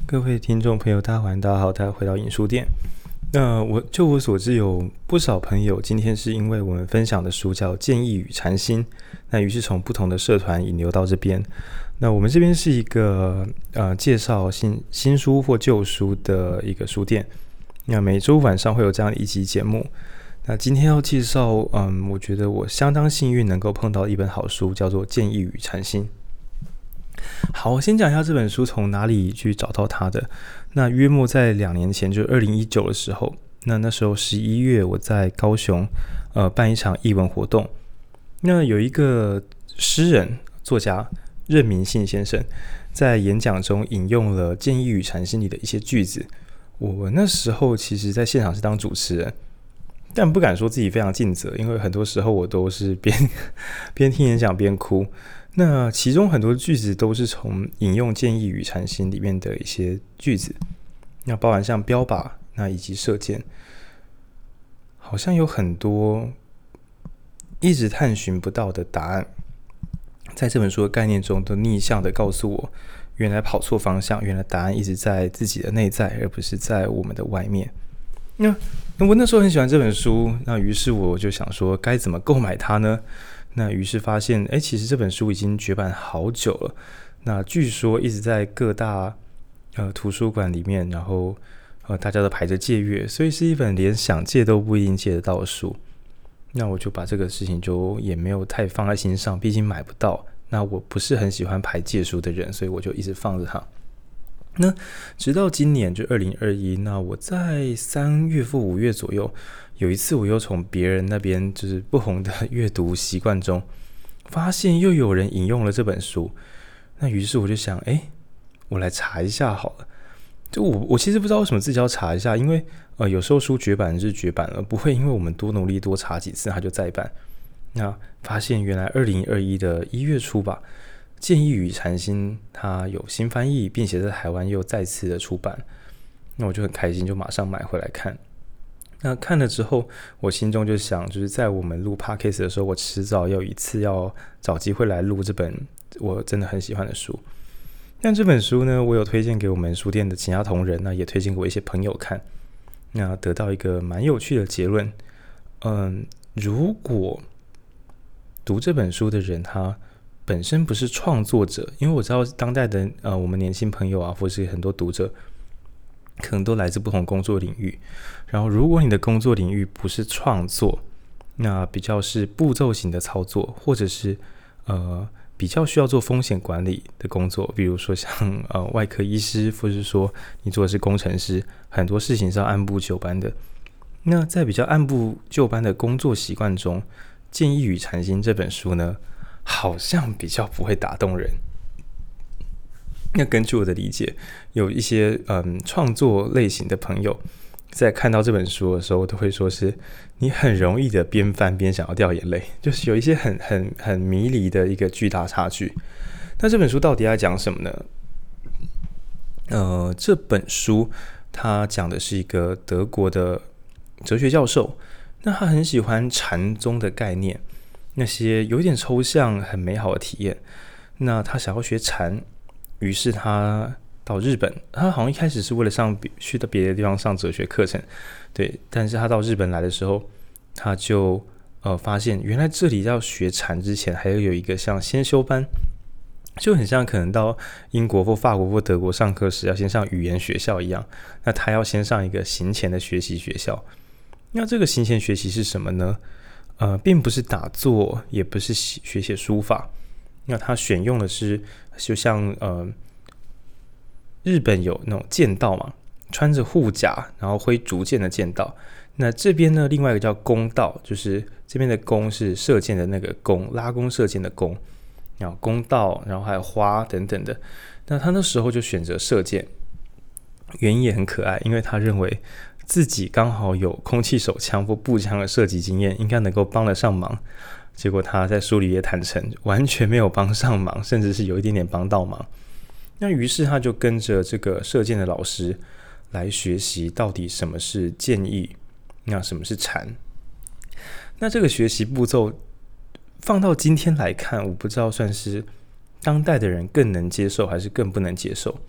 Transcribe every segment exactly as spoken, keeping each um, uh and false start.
各位听众朋友，大家晚安，大家好，大家回到影书店。那我就我所知，有不少朋友今天是因为我们分享的书叫《建议与禅心》，那于是从不同的社团引流到这边。那我们这边是一个呃介绍新新书或旧书的一个书店。那每周晚上会有这样的一集节目。那今天要介绍，嗯，我觉得我相当幸运能够碰到一本好书，叫做《建议与禅心》。好，我先讲一下这本书从哪里去找到它的。那约莫在两年前，就二零一九的时候，那那时候十一月，我在高雄呃办一场艺文活动。那有一个诗人作家任明信先生在演讲中引用了《建议与禅心》里的一些句子。我那时候其实在现场是当主持人，但不敢说自己非常尽责，因为很多时候我都是边边听演讲边哭。那其中很多句子都是从引用《建议与禅心》里面的一些句子，那包含像标靶，那以及射箭，好像有很多一直探寻不到的答案，在这本书的概念中都逆向的告诉我，原来跑错方向，原来答案一直在自己的内在，而不是在我们的外面。那我那时候很喜欢这本书，那于是我就想说该怎么购买它呢？那于是发现，哎，其实这本书已经绝版好久了。那据说一直在各大呃图书馆里面，然后呃大家都排着借阅，所以是一本连想借都不一定借得到的书。那我就把这个事情就也没有太放在心上，毕竟买不到。那我不是很喜欢排借书的人，所以我就一直放着它。那直到今年就二零二一，那我在三月或五月左右。有一次我又从别人那边就是不同的阅读习惯中发现又有人引用了这本书，那于是我就想，哎，我来查一下好了。就我我其实不知道为什么自己要查一下，因为呃有时候书绝版是绝版了，不会因为我们多努力多查几次它就再版。那发现原来二零二一的一月初吧，《建议与禅心》它有新翻译，并且在台湾又再次的出版，那我就很开心，就马上买回来看。那看了之后，我心中就想，就是在我们录 podcast 的时候，我迟早有一次要找机会来录这本我真的很喜欢的书。但这本书呢，我有推荐给我们书店的其他同仁，那也推荐给我一些朋友看，那得到一个蛮有趣的结论。嗯，如果读这本书的人他本身不是创作者，因为我知道当代的呃我们年轻朋友啊，或是很多读者，可能都来自不同工作领域。然后如果你的工作领域不是创作，那比较是步骤型的操作，或者是呃比较需要做风险管理的工作，比如说像呃外科医师，或者是说你做的是工程师，很多事情是要按部就班的。那在比较按部就班的工作习惯中，《建议与禅心》这本书呢，好像比较不会打动人。那根据我的理解，有一些嗯创作类型的朋友在看到这本书的时候，都会说是你很容易的边翻边想要掉眼泪，就是有一些很很很迷离的一个巨大差距。那这本书到底在讲什么呢？呃，这本书它讲的是一个德国的哲学教授，那他很喜欢禅宗的概念，那些有点抽象、很美好的体验。那他想要学禅。于是他到日本，他好像一开始是为了上去到别的地方上哲学课程，对。但是他到日本来的时候，他就呃发现原来这里要学禅之前，还要有一个像先修班，就很像可能到英国或法国或德国上课时要先上语言学校一样。那他要先上一个行前的学习学校。那这个行前学习是什么呢？呃，并不是打坐，也不是学写书法。那他选用的是，就像呃，日本有那种剑道嘛，穿着护甲，然后挥竹剑的剑道。那这边呢，另外一个叫弓道，就是这边的弓是射箭的那个弓，拉弓射箭的弓，然后弓道，然后还有花等等的。那他那时候就选择射箭，原因也很可爱，因为他认为自己刚好有空气手枪或步枪的射击经验，应该能够帮得上忙。结果他在书里也坦诚，完全没有帮上忙，甚至是有一点点帮到忙。那于是他就跟着这个射箭的老师来学习到底什么是建议，那什么是禅。那这个学习步骤放到今天来看，我不知道算是当代的人更能接受还是更不能接受。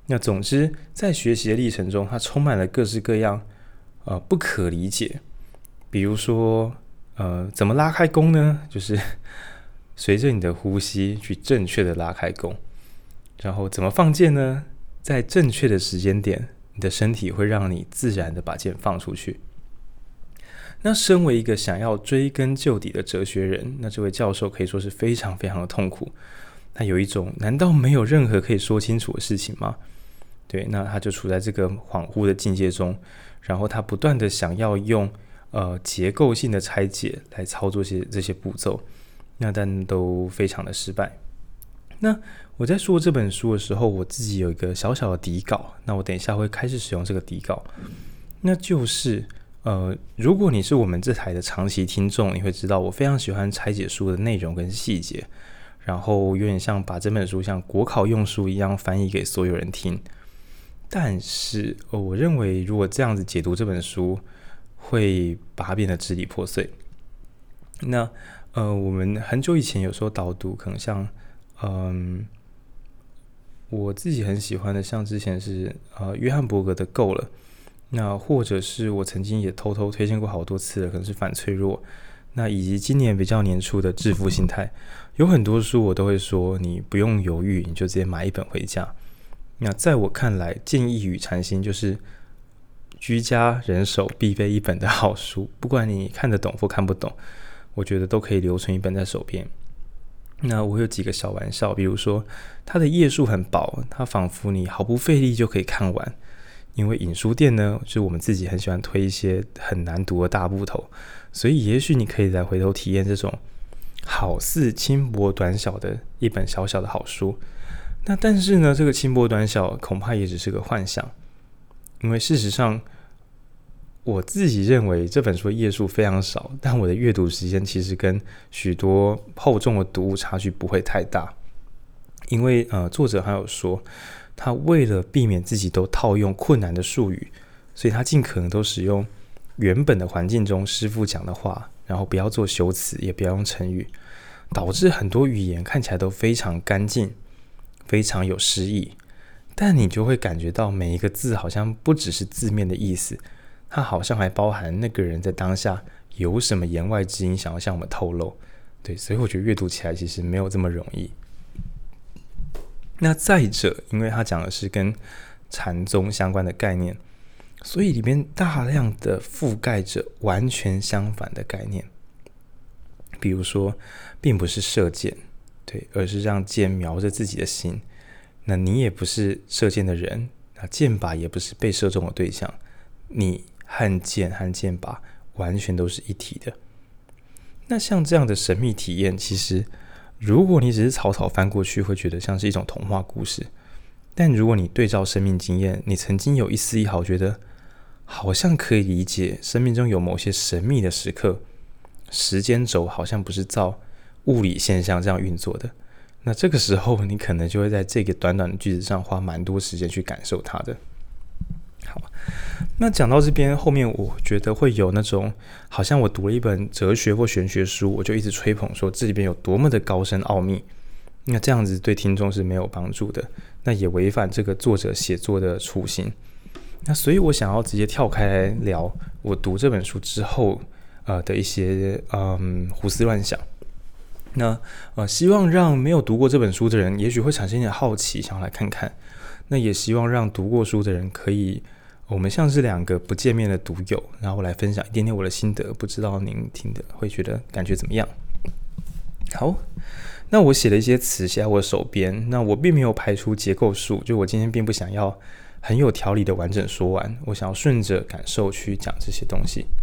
那总之，在学习的历程中，它充满了各式各样呃不可理解。比如说，呃，怎么拉开弓呢？就是随着你的呼吸去正确的拉开弓。然后怎么放箭呢？在正确的时间点，你的身体会让你自然的把箭放出去。那身为一个想要追根究底的哲学人，那这位教授可以说是非常非常的痛苦。他有一种难道没有任何可以说清楚的事情吗？对，那他就处在这个恍惚的境界中，然后他不断的想要用呃结构性的拆解来操作些这些步骤，那但都非常的失败。那我在说这本书的时候，我自己有一个小小的底稿，那我等一下会开始使用这个底稿，那就是呃，如果你是我们这台的长期听众，你会知道我非常喜欢拆解书的内容跟细节，然后有点像把这本书像国考用书一样翻译给所有人听。但是、哦、我认为如果这样子解读这本书，会把它变得支离破碎。那呃，我们很久以前有时候导读，可能像嗯，我自己很喜欢的，像之前是呃约翰伯格的《够了》，那或者是我曾经也偷偷推荐过好多次的，可能是《反脆弱》，那以及今年比较年初的《致富心态》，有很多书我都会说，你不用犹豫，你就直接买一本回家。那在我看来，《建议与禅心》就是居家人手必备一本的好书，不管你看得懂或看不懂，我觉得都可以留存一本在手边。那我有几个小玩笑，比如说它的页数很薄，它仿佛你毫不费力就可以看完。因为影书店呢，就是我们自己很喜欢推一些很难读的大部头，所以也许你可以再回头体验这种好似轻薄短小的一本小小的好书。那但是呢，这个轻薄短小恐怕也只是个幻想，因为事实上我自己认为这本书的页数非常少，但我的阅读时间其实跟许多厚重的读物差距不会太大。因为呃，作者还有说，他为了避免自己都套用困难的术语，所以他尽可能都使用原本的环境中师父讲的话，然后不要做修辞，也不要用成语，导致很多语言看起来都非常干净，非常有诗意。但你就会感觉到每一个字好像不只是字面的意思，它好像还包含那个人在当下有什么言外之音想要向我们透露。对，所以我觉得阅读起来其实没有这么容易。那再者，因为它讲的是跟禅宗相关的概念，所以里面大量的覆盖着完全相反的概念。比如说，并不是射箭，对，而是让箭瞄着自己的心。那你也不是射箭的人，那箭靶也不是被射中的对象，你和箭和箭靶完全都是一体的。那像这样的神秘体验，其实如果你只是草草翻过去，会觉得像是一种童话故事。但如果你对照生命经验，你曾经有一丝一毫觉得好像可以理解生命中有某些神秘的时刻，时间轴好像不是照物理现象这样运作的，那这个时候你可能就会在这个短短的句子上花蛮多时间去感受它的。好，那讲到这边后面，我觉得会有那种好像我读了一本哲学或玄学书，我就一直吹捧说这里边有多么的高深奥秘，那这样子对听众是没有帮助的，那也违反这个作者写作的初心。那所以我想要直接跳开来聊我读这本书之后、呃、的一些、嗯、胡思乱想。那、呃、希望让没有读过这本书的人也许会产生一点好奇，想要来看看。那也希望让读过书的人可以，我们像是两个不见面的读友，然后来分享一点点我的心得，不知道您听的会觉得感觉怎么样。好，那我写了一些词写在我的手边，那我并没有排除结构数，就我今天并不想要很有条理的完整说完，我想要顺着感受去讲这些东西。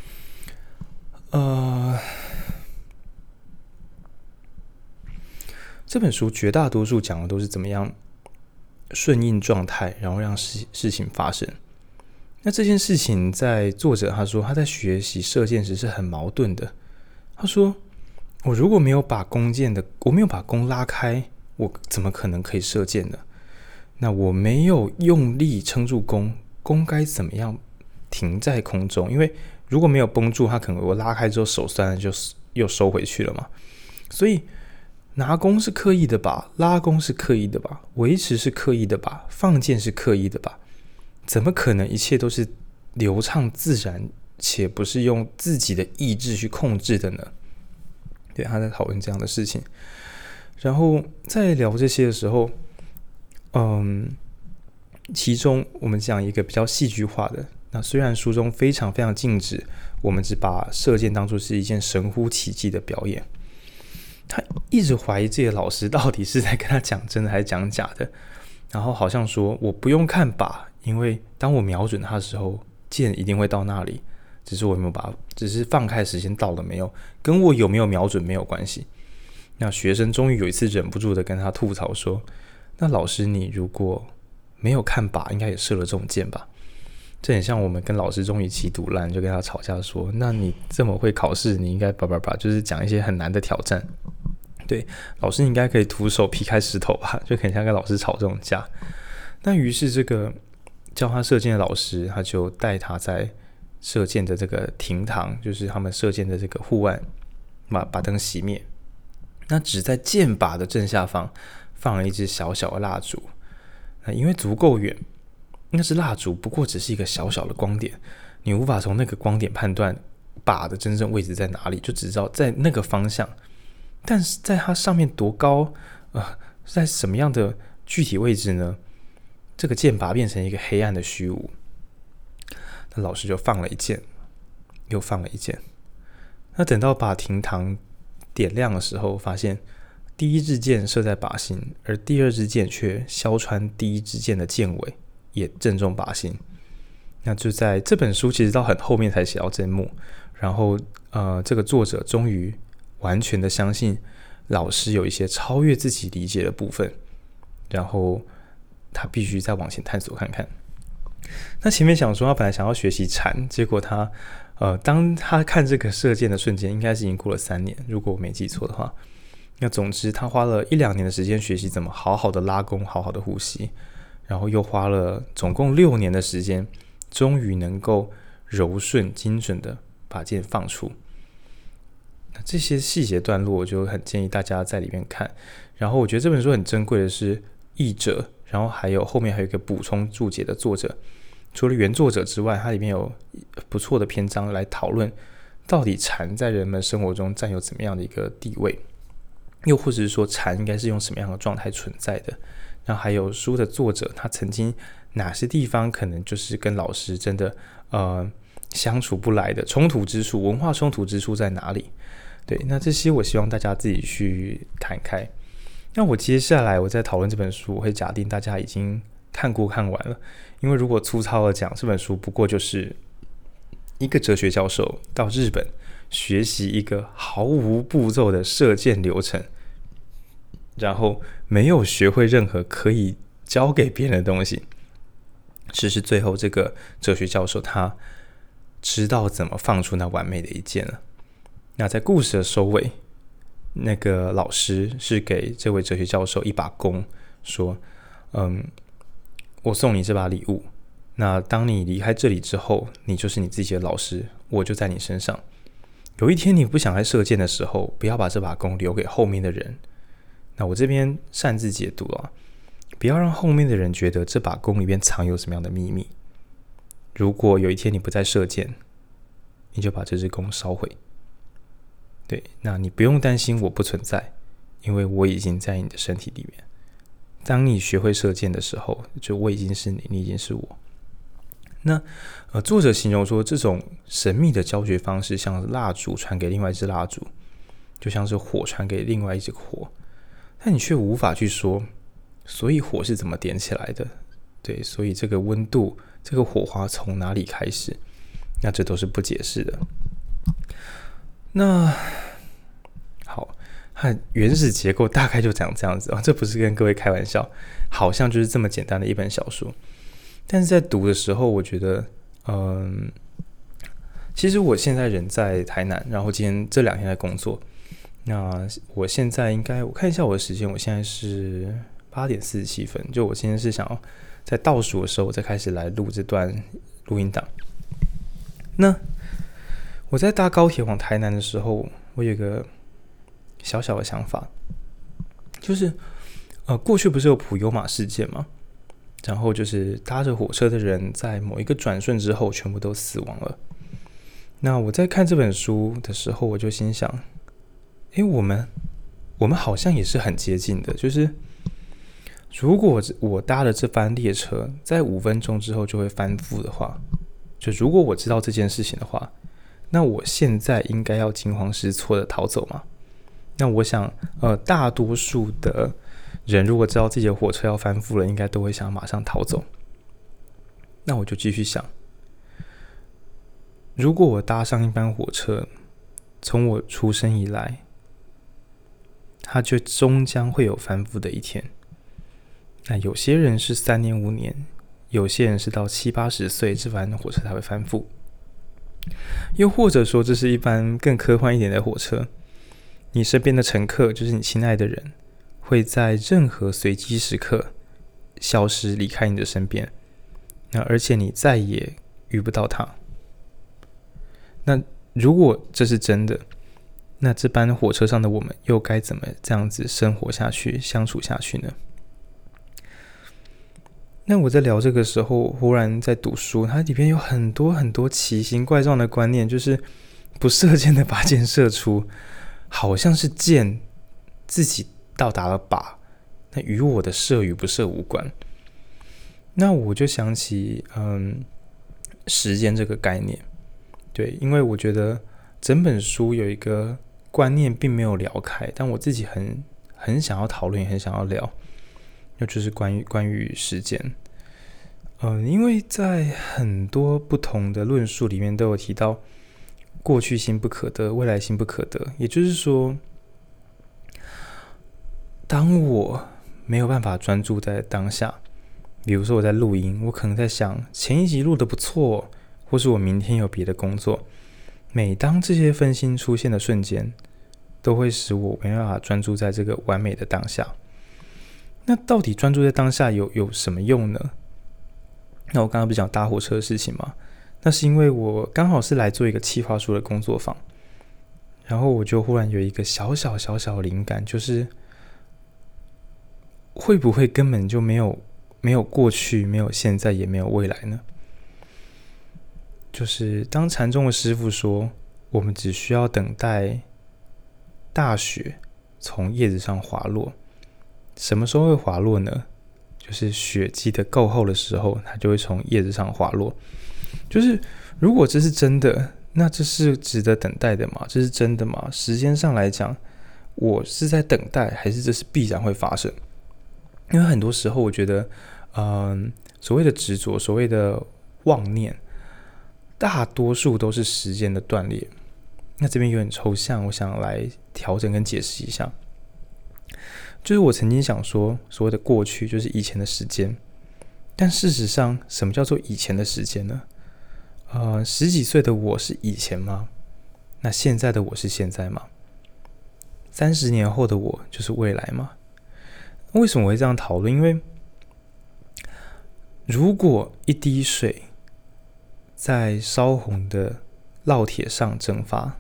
呃，这本书绝大多数讲的都是怎么样顺应状态，然后让 事, 事情发生。那这件事情在作者他说他在学习射箭时是很矛盾的。他说我如果没有把弓箭的我没有把弓拉开，我怎么可能可以射箭呢？那我没有用力撑住弓，弓该怎么样停在空中？因为如果没有绷住，它可能我拉开之后手酸了就又收回去了嘛。所以拿弓是刻意的吧，拉弓是刻意的吧，维持是刻意的吧，放箭是刻意的吧？怎么可能一切都是流畅自然，且不是用自己的意志去控制的呢？对，他在讨论这样的事情。然后在聊这些的时候，嗯，其中我们讲一个比较戏剧化的。那虽然书中非常非常禁止我们只把射箭当作是一件神乎其技的表演，他一直怀疑自己的老师到底是在跟他讲真的还是讲假的，然后好像说我不用看靶，因为当我瞄准他的时候，箭一定会到那里，只是我有没有把，只是放开时间到了没有，跟我有没有瞄准没有关系。那学生终于有一次忍不住的跟他吐槽说：“那老师，你如果没有看靶，应该也射了这种箭吧？”这很像我们跟老师终于起赌烂，就跟他吵架说：“那你这么会考试，你应该叭叭叭，就是讲一些很难的挑战。对，老师你应该可以徒手劈开石头吧？”就很像跟老师吵这种架。那于是这个教他射箭的老师，他就带他在射箭的这个亭堂，就是他们射箭的这个户外，把把灯熄灭。那只在箭靶的正下方放了一支小小的蜡烛，那因为足够远。那是蜡烛，不过只是一个小小的光点，你无法从那个光点判断靶的真正位置在哪里，就只知道在那个方向。但是在它上面多高，呃，在什么样的具体位置呢？这个箭靶变成一个黑暗的虚无。那老师就放了一箭，又放了一箭。那等到把亭堂点亮的时候，发现第一支箭射在靶心，而第二支箭却削穿第一支箭的箭尾。也正中靶心。那就在这本书其实到很后面才写到这一幕，然后呃，这个作者终于完全的相信老师有一些超越自己理解的部分，然后他必须再往前探索看看。那前面想说他本来想要学习禅，结果他呃，当他看这个射箭的瞬间，应该是已经过了三年，如果我没记错的话。那总之他花了一两年的时间学习怎么好好的拉弓，好好的呼吸。然后又花了总共六年的时间，终于能够柔顺精准的把箭放出。那这些细节段落，我就很建议大家在里面看。然后我觉得这本书很珍贵的是译者，然后还有后面还有一个补充注解的作者。除了原作者之外，它里面有不错的篇章来讨论到底禅在人们生活中占有怎么样的一个地位，又或者是说禅应该是用什么样的状态存在的。然后还有书的作者，他曾经哪些地方可能就是跟老师真的呃相处不来的冲突之处，文化冲突之处在哪里？对，那这些我希望大家自己去看开。那我接下来我在讨论这本书，我会假定大家已经看过看完了，因为如果粗糙的讲，这本书不过就是一个哲学教授到日本学习一个毫无步骤的射箭流程。然后没有学会任何可以教给别人的东西，只是最后这个哲学教授他知道怎么放出那完美的一箭了。那在故事的收尾，那个老师是给这位哲学教授一把弓，说：“嗯，我送你这把礼物。那当你离开这里之后，你就是你自己的老师，我就在你身上。有一天你不想再射箭的时候，不要把这把弓留给后面的人。”那我这边擅自解读啊，不要让后面的人觉得这把弓里面藏有什么样的秘密。如果有一天你不再射箭，你就把这支弓烧毁。对，那你不用担心我不存在，因为我已经在你的身体里面。当你学会射箭的时候，就我已经是你，你已经是我。那呃，作者形容说，这种神秘的教学方式，像蜡烛传给另外一支蜡烛，就像是火传给另外一支火。但你却无法去说，所以火是怎么点起来的？对，所以这个温度，这个火花从哪里开始？那这都是不解释的。那好，它原始结构大概就长这样子哦，这不是跟各位开玩笑，好像就是这么简单的一本小说。但是在读的时候，我觉得，嗯，其实我现在人在台南，然后今天这两天在工作。那我现在应该我看一下我的时间，我现在是八点四十七分。就我今天是想要在倒数的时候，我再开始来录这段录音档。那我在搭高铁往台南的时候，我有一个小小的想法， 就是呃，过去不是有普悠玛事件吗？然后就是搭着火车的人在某一个转瞬之后全部都死亡了。那我在看这本书的时候，我就心想，诶，我们我们好像也是很接近的，就是如果我搭的这班列车在五分钟之后就会翻覆的话，就如果我知道这件事情的话，那我现在应该要惊慌失措的逃走吗？那我想，呃，大多数的人如果知道自己的火车要翻覆了，应该都会想马上逃走。那我就继续想，如果我搭上一班火车，从我出生以来，它就终将会有翻覆的一天。那有些人是三年五年，有些人是到七八十岁，这班火车才会翻覆。又或者说，这是一班更科幻一点的火车，你身边的乘客就是你亲爱的人，会在任何随机时刻消失离开你的身边，那而且你再也遇不到他。那如果这是真的，那这班火车上的我们又该怎么这样子生活下去、相处下去呢？那我在聊这个时候，忽然在读书，它里边有很多很多奇形怪状的观念，就是不射箭的把箭射出，好像是箭自己到达了靶，那与我的射与不射无关。那我就想起，嗯，时间这个概念，对，因为我觉得整本书有一个观念并没有聊开，但我自己很很想要讨论，也很想要聊。那就是关于关于时间，嗯，因为在很多不同的论述里面都有提到，过去心不可得，未来心不可得。也就是说，当我没有办法专注在当下，比如说我在录音，我可能在想前一集录得不错，或是我明天有别的工作。每当这些分心出现的瞬间，都会使我没办法专注在这个完美的当下。那到底专注在当下有有什么用呢？那我刚刚不是讲搭火车的事情吗？那是因为我刚好是来做一个企划书的工作坊，然后我就忽然有一个小小小小的灵感，就是会不会根本就没有没有过去，没有现在，也没有未来呢？就是当禅宗的师父说，我们只需要等待大雪从叶子上滑落。什么时候会滑落呢？就是雪积得够厚的时候，它就会从叶子上滑落。就是如果这是真的，那这是值得等待的吗？这是真的吗？时间上来讲，我是在等待，还是这是必然会发生？因为很多时候，我觉得，嗯，所谓的执着，所谓的妄念，大多数都是时间的断裂。那这边有点抽象，我想来调整跟解释一下。就是我曾经想说，所谓的过去就是以前的时间，但事实上，什么叫做以前的时间呢？呃，十几岁的我是以前吗？那现在的我是现在吗？三十年后的我就是未来吗？为什么我会这样讨论？因为如果一滴水在烧红的烙铁上蒸发，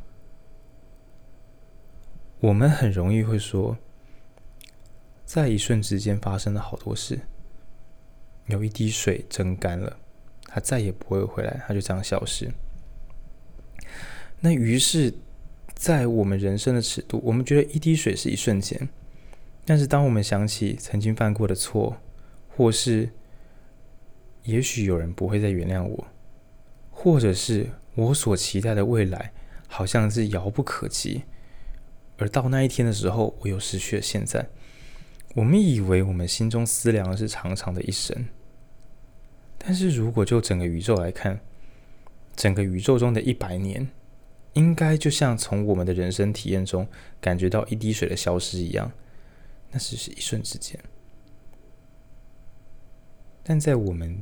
我们很容易会说，在一瞬之间发生了好多事。有一滴水蒸干了，它再也不会回来，它就这样消失。那于是在我们人生的尺度，我们觉得一滴水是一瞬间，但是当我们想起曾经犯过的错，或是也许有人不会再原谅我，或者是我所期待的未来好像是遥不可及，而到那一天的时候，我又失去了现在。我们以为我们心中思量的是长长的一生，但是如果就整个宇宙来看，整个宇宙中的一百年，应该就像从我们的人生体验中感觉到一滴水的消失一样，那只是一瞬之间。但在我们，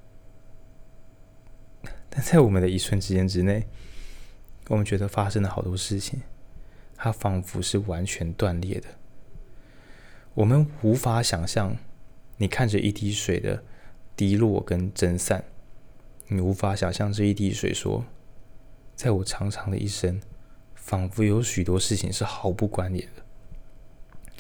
但在我们的一瞬之间之内，我们觉得发生了好多事情，它仿佛是完全断裂的。我们无法想象，你看着一滴水的滴落跟蒸散，你无法想象这一滴水说，在我长长的一生，仿佛有许多事情是毫不关联的。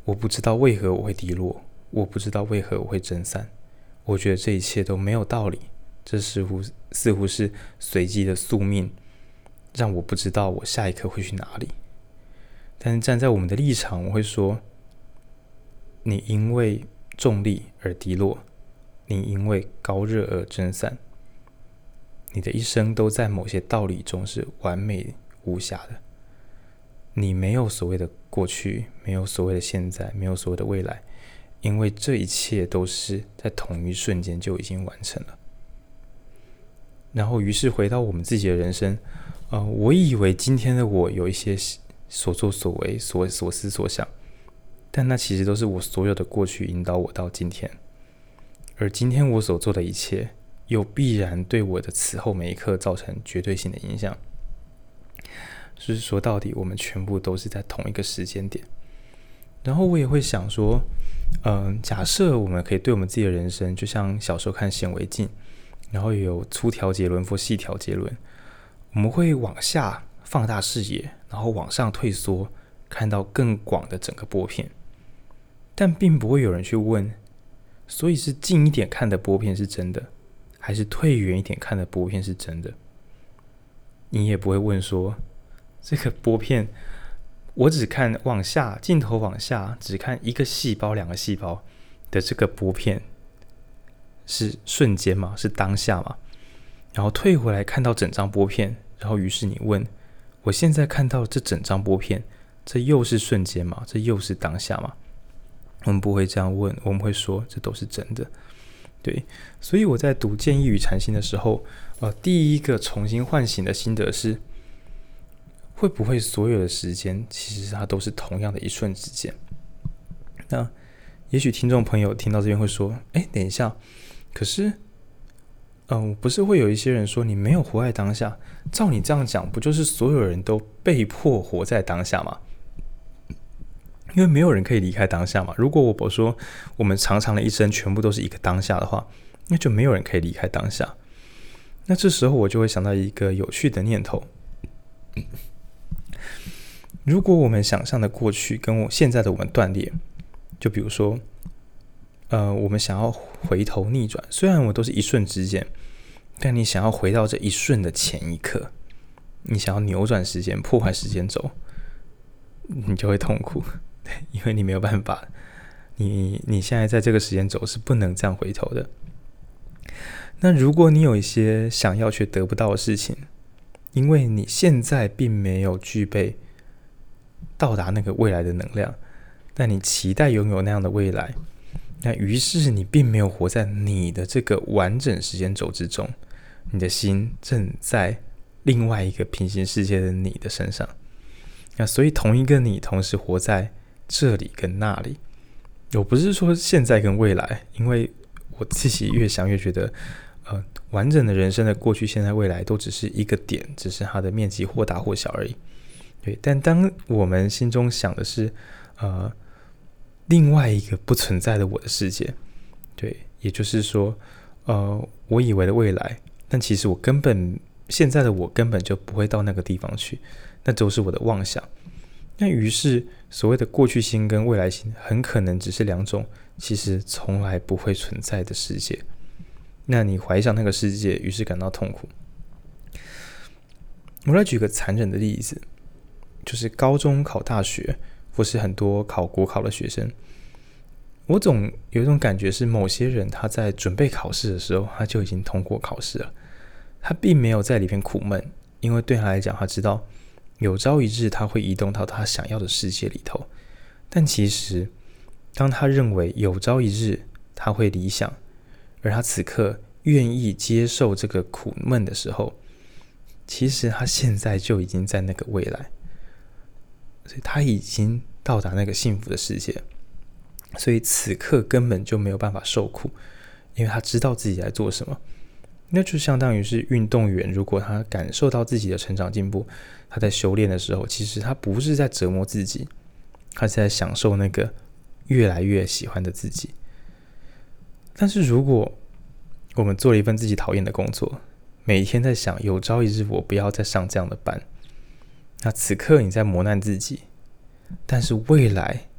我不知道为何我会低落，我不知道为何我会蒸散，我觉得这一切都没有道理，这似乎似乎是随机的宿命，让我不知道我下一刻会去哪里。但是站在我们的立场，我会说，你因为重力而低落，你因为高热而蒸散，你的一生都在某些道理中是完美无瑕的。你没有所谓的过去，没有所谓的现在，没有所谓的未来，因为这一切都是在同一瞬间就已经完成了。然后于是回到我们自己的人生，呃，我以为今天的我有一些所作所为，所所思所想，但那其实都是我所有的过去引导我到今天，而今天我所做的一切又必然对我的此后每一刻造成绝对性的影响。就是说到底我们全部都是在同一个时间点。然后我也会想说，嗯，假设我们可以对我们自己的人生就像小时候看显微镜，然后有粗条节轮或细条节轮，我们会往下放大视野，然后往上退缩，看到更广的整个波片。但并不会有人去问，所以是近一点看的波片是真的，还是退远一点看的波片是真的？你也不会问说，这个波片我只看往下，镜头往下只看一个细胞两个细胞的这个波片是瞬间吗？是当下吗？然后退回来看到整张波片，然后于是你问，我现在看到这整张波片，这又是瞬间吗？这又是当下吗？我们不会这样问，我们会说这都是真的。对，所以我在读《建议与禅心》的时候，呃，第一个重新唤醒的心得是，会不会所有的时间其实它都是同样的一瞬之间？那也许听众朋友听到这边会说，哎，等一下，可是嗯，不是会有一些人说你没有活在当下，照你这样讲，不就是所有人都被迫活在当下吗？因为没有人可以离开当下嘛。如果我说我们长长的一生全部都是一个当下的话，那就没有人可以离开当下。那这时候我就会想到一个有趣的念头，如果我们想象的过去跟我现在的我们断裂，就比如说呃，我们想要回头逆转，虽然我们都是一瞬之间，但你想要回到这一瞬的前一刻，你想要扭转时间，破坏时间轴，你就会痛苦，因为你没有办法，你你现在在这个时间轴是不能这样回头的。那如果你有一些想要却得不到的事情，因为你现在并没有具备到达那个未来的能量，但你期待拥有那样的未来，那于是你并没有活在你的这个完整时间轴之中，你的心正在另外一个平行世界的你的身上。那所以同一个你同时活在这里跟那里。我不是说现在跟未来，因为我自己越想越觉得呃，完整的人生的过去现在未来都只是一个点，只是它的面积或大或小而已。对，但当我们心中想的是呃另外一个不存在的我的世界，对，也就是说呃我以为的未来，但其实我根本现在的我根本就不会到那个地方去，那都是我的妄想。那于是所谓的过去心跟未来心很可能只是两种其实从来不会存在的世界。那你怀想那个世界，于是感到痛苦。我来举个残忍的例子，就是高中考大学，或是很多考国考的学生，我总有一种感觉是，某些人他在准备考试的时候，他就已经通过考试了，他并没有在里面苦闷，因为对他来讲，他知道有朝一日他会移动到他想要的世界里头。但其实当他认为有朝一日他会理想，而他此刻愿意接受这个苦闷的时候，其实他现在就已经在那个未来，所以他已经到达那个幸福的世界，所以此刻根本就没有办法受苦，因为他知道自己在做什么。那就相当于是运动员，如果他感受到自己的成长进步，他在修炼的时候，其实他不是在折磨自己，他是在享受那个越来越喜欢的自己。但是如果我们做了一份自己讨厌的工作，每一天在想有朝一日我不要再上这样的班，那此刻你在磨难自己，但是未来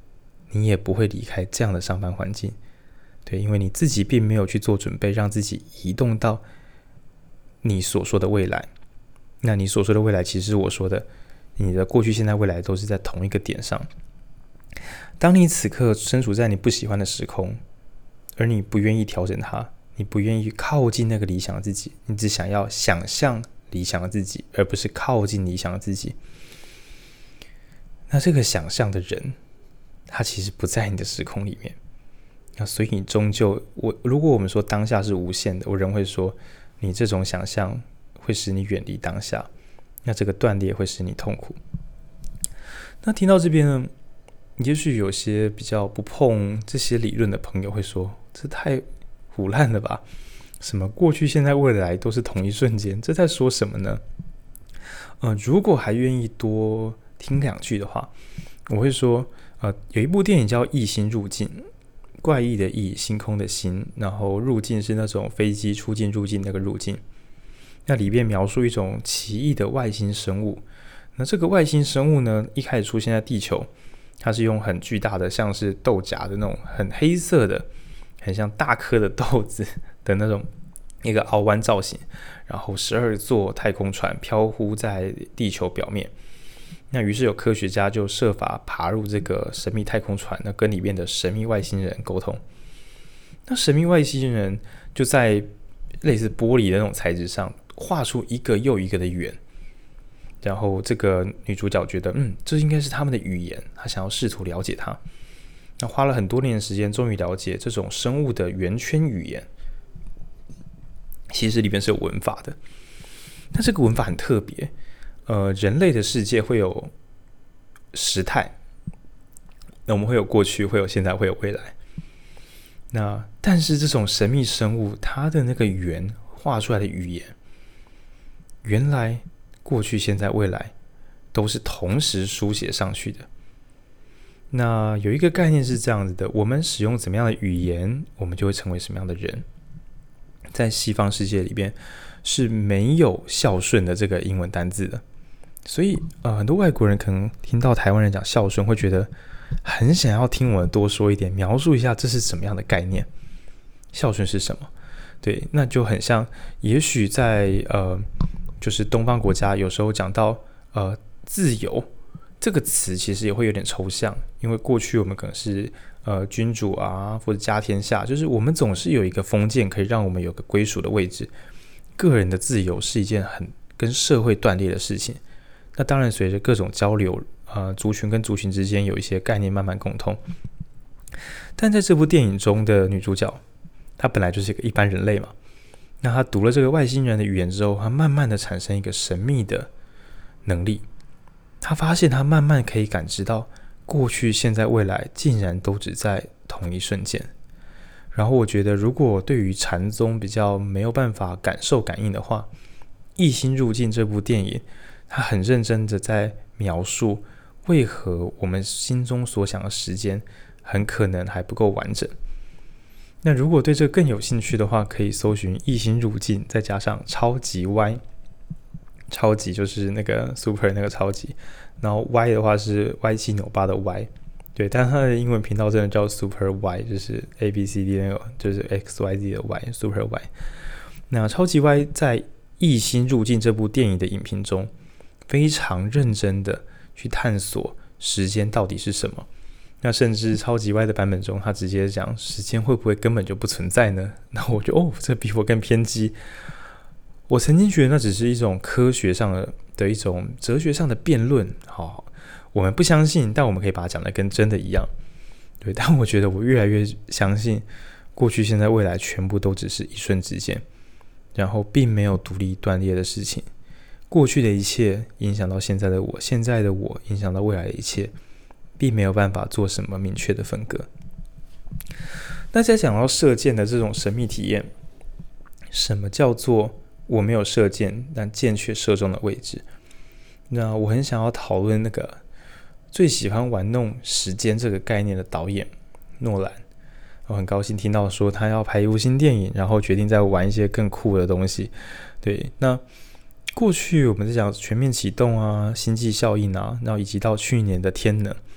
你也不会离开这样的上班环境。对，因为你自己并没有去做准备，让自己移动到你所说的未来。那你所说的未来，其实是我说的，你的过去、现在、未来都是在同一个点上。当你此刻身处在你不喜欢的时空，而你不愿意调整它，你不愿意靠近那个理想的自己，你只想要想象理想的自己，而不是靠近理想的自己。那这个想象的人，他其实不在你的时空里面。那所以你终究，我如果我们说当下是无限的，我仍会说，你这种想象会使你远离当下，那这个断裂会使你痛苦。那听到这边呢，也许有些比较不碰这些理论的朋友会说，这太唬烂了吧？什么过去、现在、未来都是同一瞬间，这在说什么呢？呃，如果还愿意多听两句的话，我会说，呃，有一部电影叫《异星入境》，怪异的异，星空的星，然后入境是那种飞机出境入境那个入境。那里面描述一种奇异的外星生物。那这个外星生物呢，一开始出现在地球，它是用很巨大的，像是豆荚的那种很黑色的，很像大颗的豆子的那种一个凹弯造型，然后十二座太空船飘忽在地球表面。那于是有科学家就设法爬入这个神秘太空船，那跟里面的神秘外星人沟通。那神秘外星人就在类似玻璃的那种材质上画出一个又一个的圆，然后这个女主角觉得，嗯，这应该是他们的语言，她想要试图了解它。那花了很多年的时间，终于了解这种生物的圆圈语言，其实里面是有文法的。那这个文法很特别。呃，人类的世界会有时态，那我们会有过去，会有现在，会有未来。那但是这种神秘生物，它的那个圆画出来的语言，原来过去、现在、未来都是同时书写上去的。那有一个概念是这样子的：我们使用怎么样的语言，我们就会成为什么样的人。在西方世界里边是没有孝顺的这个英文单字的。所以、呃、很多外国人可能听到台湾人讲孝顺，会觉得很想要听我们多说一点，描述一下这是什么样的概念，孝顺是什么。对，那就很像也许在呃，就是东方国家有时候讲到呃自由这个词，其实也会有点抽象，因为过去我们可能是呃君主啊，或者家天下，就是我们总是有一个封建可以让我们有个归属的位置。个人的自由是一件很跟社会断裂的事情。那当然，随着各种交流，呃，族群跟族群之间有一些概念慢慢共通。但在这部电影中的女主角，她本来就是一个一般人类嘛。那她读了这个外星人的语言之后，她慢慢的产生一个神秘的能力。她发现她慢慢可以感知到过去、现在、未来竟然都只在同一瞬间。然后我觉得，如果对于禅宗比较没有办法感受感应的话，《异星入境》这部电影，它很认真的在描述为何我们心中所想的时间很可能还不够完整。那如果对这个更有兴趣的话，可以搜寻《异星入境》，再加上超级 Y， 超级就是那个 super 那个超级，然后 Y 的话是歪七扭八的 Y。对，但它的英文频道真的叫 Super Y， 就是 A B C D 那个，就是 X Y Z 的 Y， Super Y。那超级 Y 在《异星入境》这部电影的影评中，非常认真的去探索时间到底是什么。那甚至超级 Y 的版本中，他直接讲时间会不会根本就不存在呢？那我觉得哦，这比我更偏激。我曾经觉得那只是一种科学上 的, 的一种哲学上的辩论，好。我们不相信，但我们可以把它讲得跟真的一样。对，但我觉得我越来越相信，过去、现在、未来全部都只是一瞬之间，然后并没有独立断裂的事情。过去的一切影响到现在的我，现在的我影响到未来的一切，并没有办法做什么明确的分割。那在讲到射箭的这种神秘体验，什么叫做我没有射箭，但箭却射中了位置？那我很想要讨论那个最喜欢玩弄时间这个概念的导演诺兰。我很高兴听到说他要拍一部新电影，然后决定再玩一些更酷的东西。对，那过去我们在讲全面启动啊、星际效应啊，然后以及到去年的天能，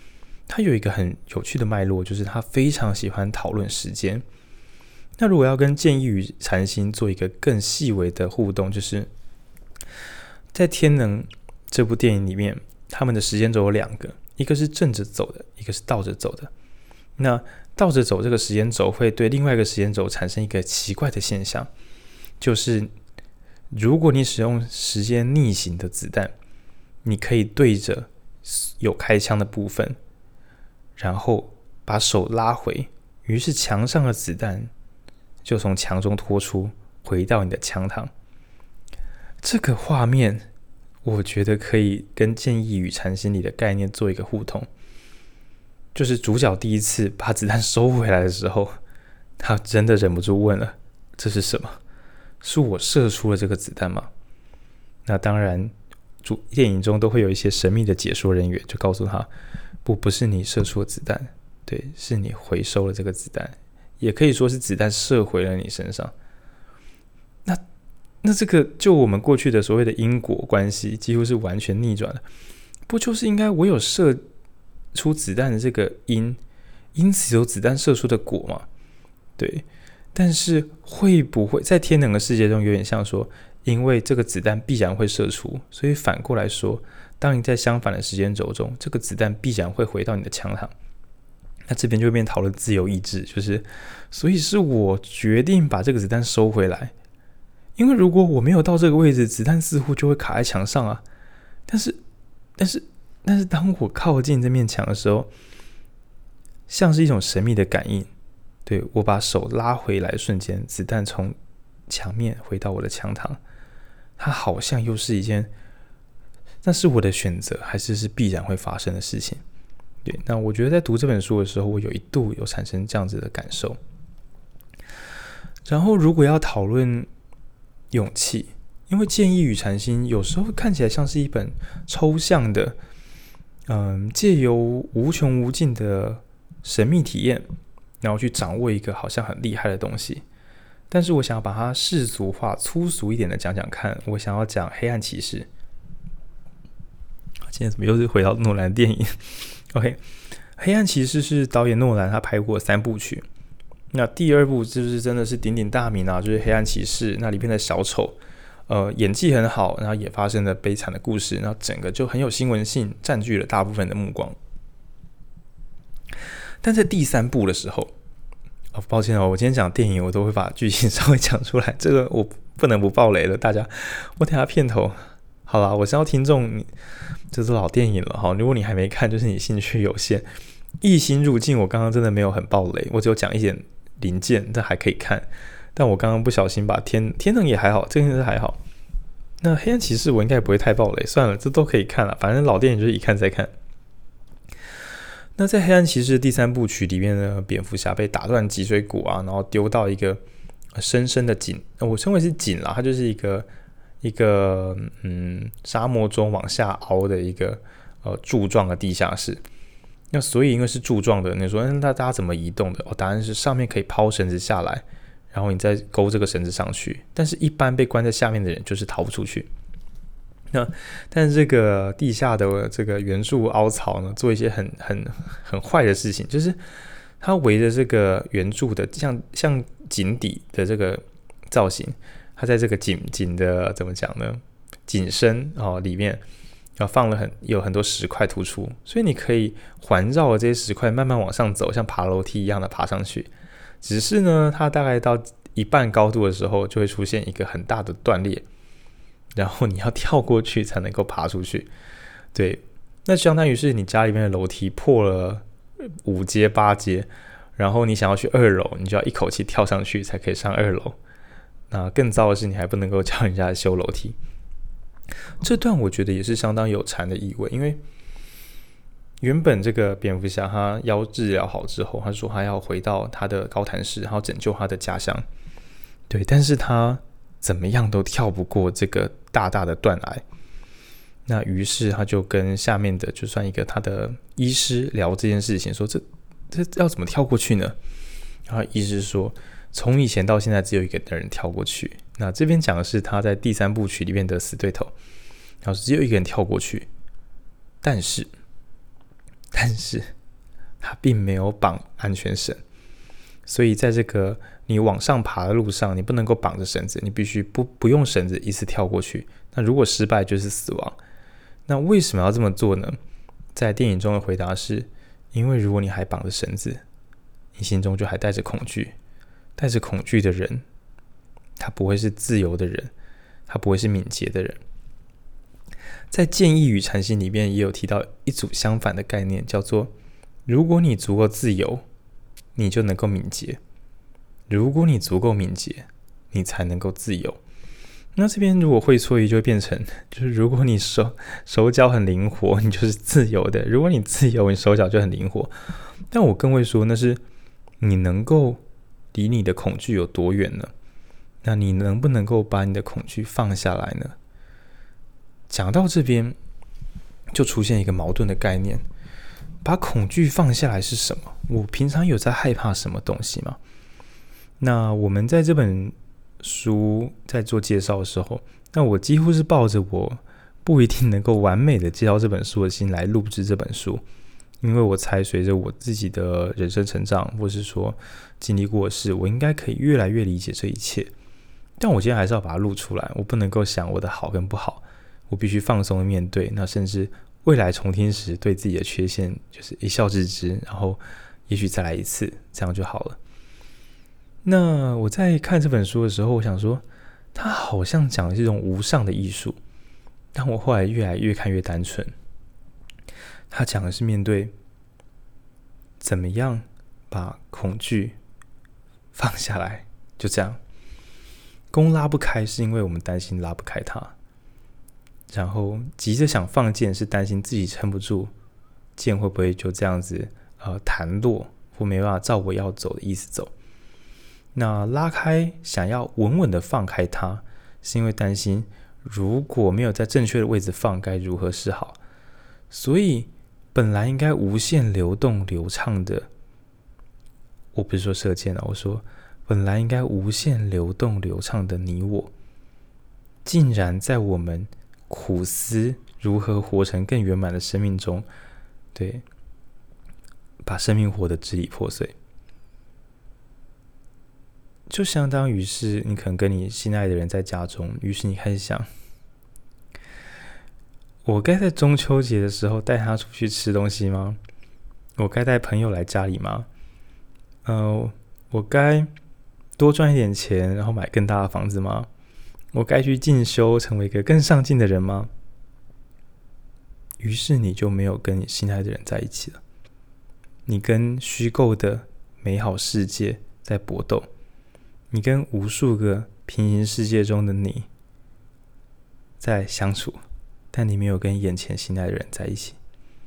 他有一个很有趣的脉络，就是他非常喜欢讨论时间。那如果要跟剑意与禅心做一个更细微的互动，就是在《天能》这部电影里面，他们的时间轴有两个，一个是正着走的，一个是倒着走的。那倒着走这个时间轴会对另外一个时间轴产生一个奇怪的现象，就是如果你使用时间逆行的子弹，你可以对着有开枪的部分，然后把手拉回，于是墙上的子弹就从墙中拖出，回到你的枪膛。这个画面我觉得可以跟剑意与禅心里的概念做一个互通，就是主角第一次把子弹收回来的时候，他真的忍不住问了，这是什么？是我射出了这个子弹吗？那当然主电影中都会有一些神秘的解说人员就告诉他，不不是你射出了子弹，对，是你回收了这个子弹，也可以说是子弹射回了你身上。那那这个就我们过去的所谓的因果关系几乎是完全逆转了，不就是应该我有射出子弹的这个因，因此有子弹射出的果嘛？对，但是会不会在天能的世界中有点像说，因为这个子弹必然会射出，所以反过来说，当你在相反的时间轴中，这个子弹必然会回到你的枪膛。那这边就会变讨论自由意志，就是所以是我决定把这个子弹收回来，因为如果我没有到这个位置，子弹似乎就会卡在墙上啊。但是，但是，但是当我靠近这面墙的时候，像是一种神秘的感应。对，我把手拉回来的瞬间，子弹从墙面回到我的枪膛，它好像又是一件，那是我的选择，还是是必然会发生的事情？对，那我觉得在读这本书的时候，我有一度有产生这样子的感受。然后，如果要讨论勇气，因为剑意与禅心有时候看起来像是一本抽象的，嗯，借由无穷无尽的神秘体验，然后去掌握一个好像很厉害的东西。但是我想要把它世俗化、粗俗一点的讲讲看，我想要讲《黑暗骑士》。今天怎么又是回到诺兰的电影？OK，《黑暗骑士》是导演诺兰他拍过三部曲。那第二部就是真的是鼎鼎大名啊，就是《黑暗骑士》，那里面的小丑，呃，演技很好，然后也发生了悲惨的故事，然后整个就很有新闻性，占据了大部分的目光。但在第三部的时候，哦，抱歉哦，我今天讲电影，我都会把剧情稍微讲出来，这个我不能不爆雷了，大家，我等一下片头。好啦，我知道听众这是老电影了哈，如果你还没看，就是你兴趣有限。异星入境，我刚刚真的没有很爆雷，我只有讲一点零件，这还可以看。但我刚刚不小心把天天能也还好，这个是还好。那黑暗骑士我应该也不会太爆雷，算了，这都可以看了，反正老电影就是一看再看。那在黑暗骑士第三部曲里面呢，蝙蝠侠被打断脊椎骨啊，然后丢到一个深深的井，我称为是井啦，它就是一个一个嗯沙漠中往下凹的一个呃柱状的地下室。那所以因为是柱状的，你说那大家怎么移动的？哦，答案是上面可以抛绳子下来，然后你再勾这个绳子上去。但是一般被关在下面的人就是逃不出去。那但是这个地下的这个原柱凹槽呢，做一些很很很坏的事情，就是它围着这个原柱的像像井底的这个造型，它在这个井井的怎么讲呢？井身哦里面。然后放了很有很多石块突出，所以你可以环绕着这些石块慢慢往上走，像爬楼梯一样的爬上去。只是呢，它大概到一半高度的时候，就会出现一个很大的断裂，然后你要跳过去才能够爬出去。对，那相当于是你家里面的楼梯破了五阶八阶，然后你想要去二楼，你就要一口气跳上去才可以上二楼。那更糟的是，你还不能够叫人家修楼梯。这段我觉得也是相当有禅的意味，因为原本这个蝙蝠侠他腰治疗好之后，他说他要回到他的高谭市，然后拯救他的家乡。对，但是他怎么样都跳不过这个大大的断崖。那于是他就跟下面的就算一个他的医师聊这件事情，说这这要怎么跳过去呢？然后医师说，从以前到现在只有一个人跳过去。那这边讲的是他在第三部曲里面的死对头，然后只有一个人跳过去，但是，但是它并没有绑安全绳，所以在这个你往上爬的路上，你不能够绑着绳子，你必须不不用绳子一次跳过去。那如果失败就是死亡。那为什么要这么做呢？在电影中的回答是，因为如果你还绑着绳子，你心中就还带着恐惧，带着恐惧的人，他不会是自由的人，他不会是敏捷的人。在剑意与禅心里面也有提到一组相反的概念，叫做如果你足够自由，你就能够敏捷；如果你足够敏捷，你才能够自由。那这边如果会错意就会变成，就是如果你手手脚很灵活，你就是自由的；如果你自由，你手脚就很灵活。但我更会说，那是你能够离你的恐惧有多远呢？那你能不能够把你的恐惧放下来呢？讲到这边，就出现一个矛盾的概念：把恐惧放下来是什么？我平常有在害怕什么东西吗？那我们在这本书在做介绍的时候，那我几乎是抱着我不一定能够完美的介绍这本书的心来录制这本书，因为我猜随着我自己的人生成长，或是说经历过的事，我应该可以越来越理解这一切。但我今天还是要把它录出来，我不能够想我的好跟不好，我必须放松的面对，那甚至未来重听时对自己的缺陷就是一笑置之，然后也许再来一次，这样就好了。那我在看这本书的时候，我想说它好像讲的是一种无上的艺术，但我后来越来越看越单纯，它讲的是面对怎么样把恐惧放下来，就这样。弓拉不开是因为我们担心拉不开它，然后急着想放箭是担心自己撑不住，箭会不会就这样子呃弹落，或没办法照我要走的意思走。那拉开想要稳稳的放开它，是因为担心如果没有在正确的位置放该如何是好。所以本来应该无限流动流畅的，我不是说射箭，我说本来应该无限流动流畅的你我，竟然在我们苦思如何活成更圆满的生命中，对，把生命活得支离破碎。就相当于是你可能跟你心爱的人在家中，于是你开始想，我该在中秋节的时候带他出去吃东西吗？我该带朋友来家里吗？呃，我该多赚一点钱，然后买更大的房子吗？我该去进修，成为一个更上进的人吗？于是你就没有跟你心爱的人在一起了，你跟虚构的美好世界在搏斗，你跟无数个平行世界中的你在相处，但你没有跟眼前心爱的人在一起。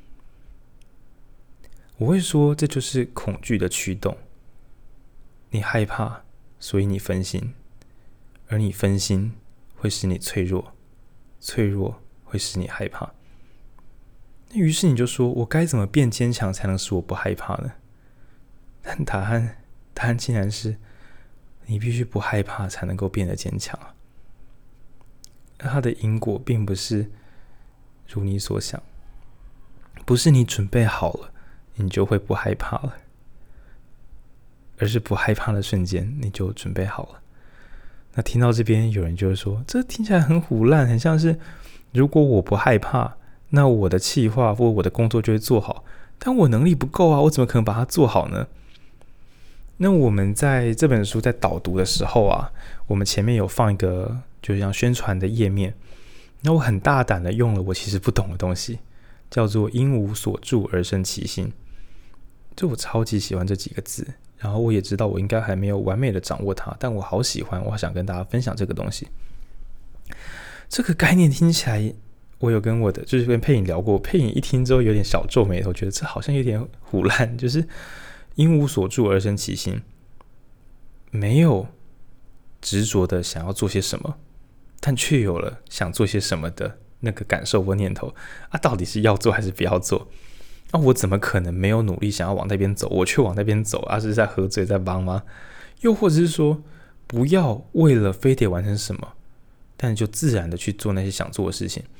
我会说，这就是恐惧的驱动。你害怕，所以你分心，而你分心会使你脆弱，脆弱会使你害怕。那于是你就说，我该怎么变坚强才能使我不害怕呢？但答案，答案竟然是你必须不害怕才能够变得坚强啊。它的因果并不是如你所想，不是你准备好了你就会不害怕了，而是不害怕的瞬间你就准备好了。那听到这边有人就会说，这听起来很唬烂，很像是如果我不害怕，那我的企划或我的工作就会做好，但我能力不够啊，我怎么可能把它做好呢？那我们在这本书在导读的时候啊，我们前面有放一个就像宣传的页面，那我很大胆的用了我其实不懂的东西，叫做因无所住而生其心。就我超级喜欢这几个字，然后我也知道我应该还没有完美的掌握它，但我好喜欢，我好想跟大家分享这个东西。这个概念听起来，我有跟我的就是跟佩颖聊过，佩颖一听之后有点小皱眉头，觉得这好像有点唬烂，就是因无所住而生其心，没有执着的想要做些什么，但却有了想做些什么的那个感受或念头啊，到底是要做还是不要做？啊，我怎么可能没有努力想要往那边走，我却往那边走啊？是在喝醉在帮吗？又或者是说，不要为了非得完成什么，但就自然的去做那些想做的事情。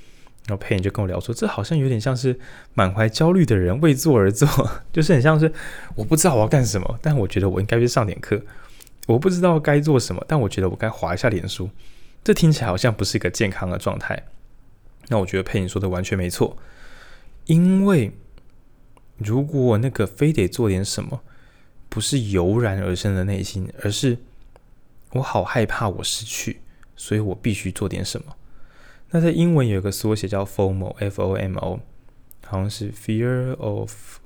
然后佩妮就跟我聊说，这好像有点像是满怀焦虑的人为做而做，就是很像是我不知道我要干什么，但我觉得我应该去上点课，我不知道该做什么，但我觉得我该滑一下脸书，这听起来好像不是一个健康的状态。那我觉得佩妮说的完全没错，因为如果那个非得做点什么，不是油然而生的内心，而是我好害怕我失去，所以我必须做点什么。那在英文有一个缩写叫 FOMO F O M O， 好像是 Fear of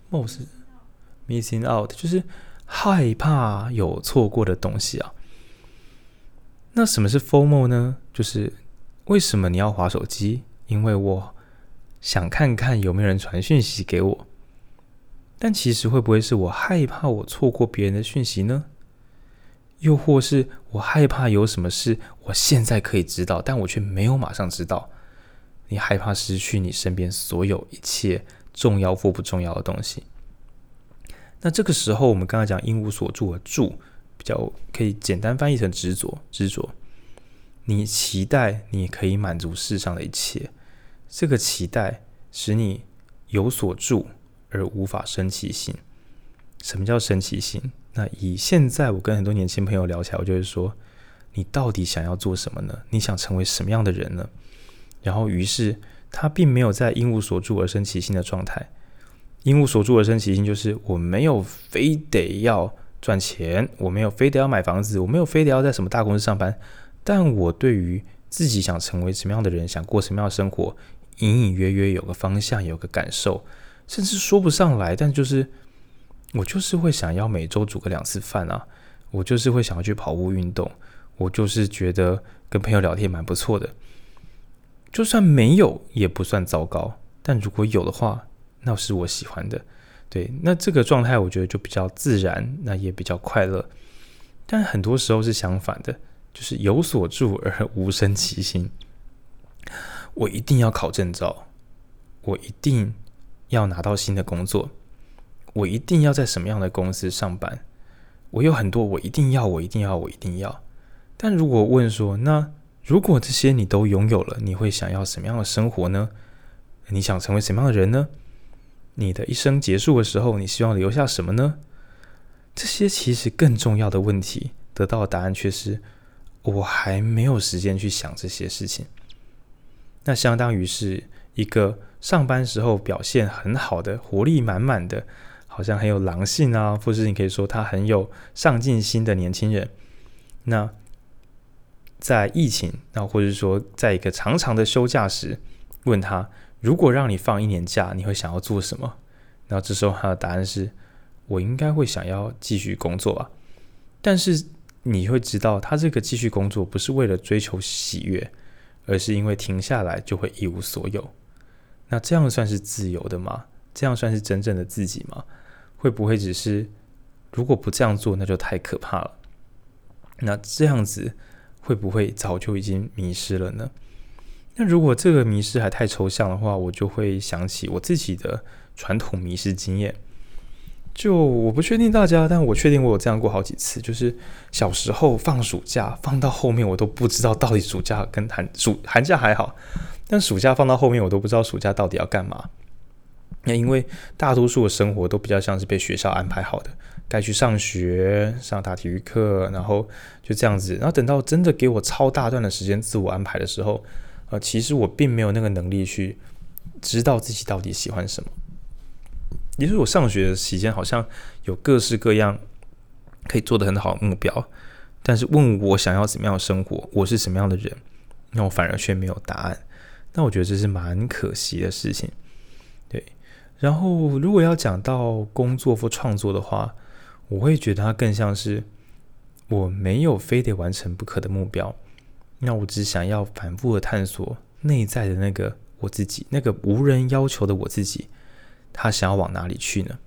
Missing Out， 就是害怕有错过的东西啊。那什么是 FOMO 呢？就是为什么你要滑手机？因为我想看看有没有人传讯息给我。但其实会不会是我害怕我错过别人的讯息呢？又或是我害怕有什么事我现在可以知道，但我却没有马上知道。你害怕失去你身边所有一切重要或不重要的东西。那这个时候我们刚才讲因无所住的住，比较可以简单翻译成执着。执着，你期待你可以满足世上的一切，这个期待使你有所住而无法生其心。什么叫生其心？那以现在我跟很多年轻朋友聊起来，我就会说，你到底想要做什么呢？你想成为什么样的人呢？然后于是他并没有在因无所住而生其心的状态。因无所住而生其心，就是我没有非得要赚钱，我没有非得要买房子，我没有非得要在什么大公司上班，但我对于自己想成为什么样的人，想过什么样的生活，隐隐约约有个方向，有个感受，甚至说不上来，但就是我就是会想要每周煮个两次饭啊，我就是会想要去跑步运动，我就是觉得跟朋友聊天蛮不错的。就算没有也不算糟糕，但如果有的话，那是我喜欢的。对，那这个状态我觉得就比较自然，那也比较快乐。但很多时候是相反的，就是有所住而无生其心。我一定要考证照，我一定要拿到新的工作，我一定要在什么样的公司上班，我有很多我一定要我一定要我一定要。但如果问说，那如果这些你都拥有了，你会想要什么样的生活呢？你想成为什么样的人呢？你的一生结束的时候，你希望留下什么呢？这些其实更重要的问题，得到的答案却是我还没有时间去想这些事情。那相当于是一个上班时候表现很好的，活力满满的，好像很有狼性啊，或是你可以说他很有上进心的年轻人。那在疫情，那或者说在一个长长的休假时，问他如果让你放一年假，你会想要做什么？然后这时候他的答案是，我应该会想要继续工作啊。但是你会知道，他这个继续工作不是为了追求喜悦，而是因为停下来就会一无所有。那这样算是自由的吗？这样算是真正的自己吗？会不会只是如果不这样做，那就太可怕了？那这样子会不会早就已经迷失了呢？那如果这个迷失还太抽象的话，我就会想起我自己的传统迷失经验。就我不确定大家，但我确定我有这样过好几次。就是小时候放暑假，放到后面我都不知道到底暑假跟寒暑寒假还好，但暑假放到后面我都不知道暑假到底要干嘛。那因为大多数的生活都比较像是被学校安排好的，该去上学、上打体育课，然后就这样子。然后等到真的给我超大段的时间自我安排的时候，呃，其实我并没有那个能力去知道自己到底喜欢什么。也就是我上学的期间好像有各式各样可以做得很好的目标，但是问我想要怎么样的生活，我是什么样的人，那我反而却没有答案。那我觉得这是蛮可惜的事情。对，然后如果要讲到工作或创作的话，我会觉得它更像是我没有非得完成不可的目标，那我只想要反复的探索内在的那个我自己，那个无人要求的我自己，他想要往哪里去呢？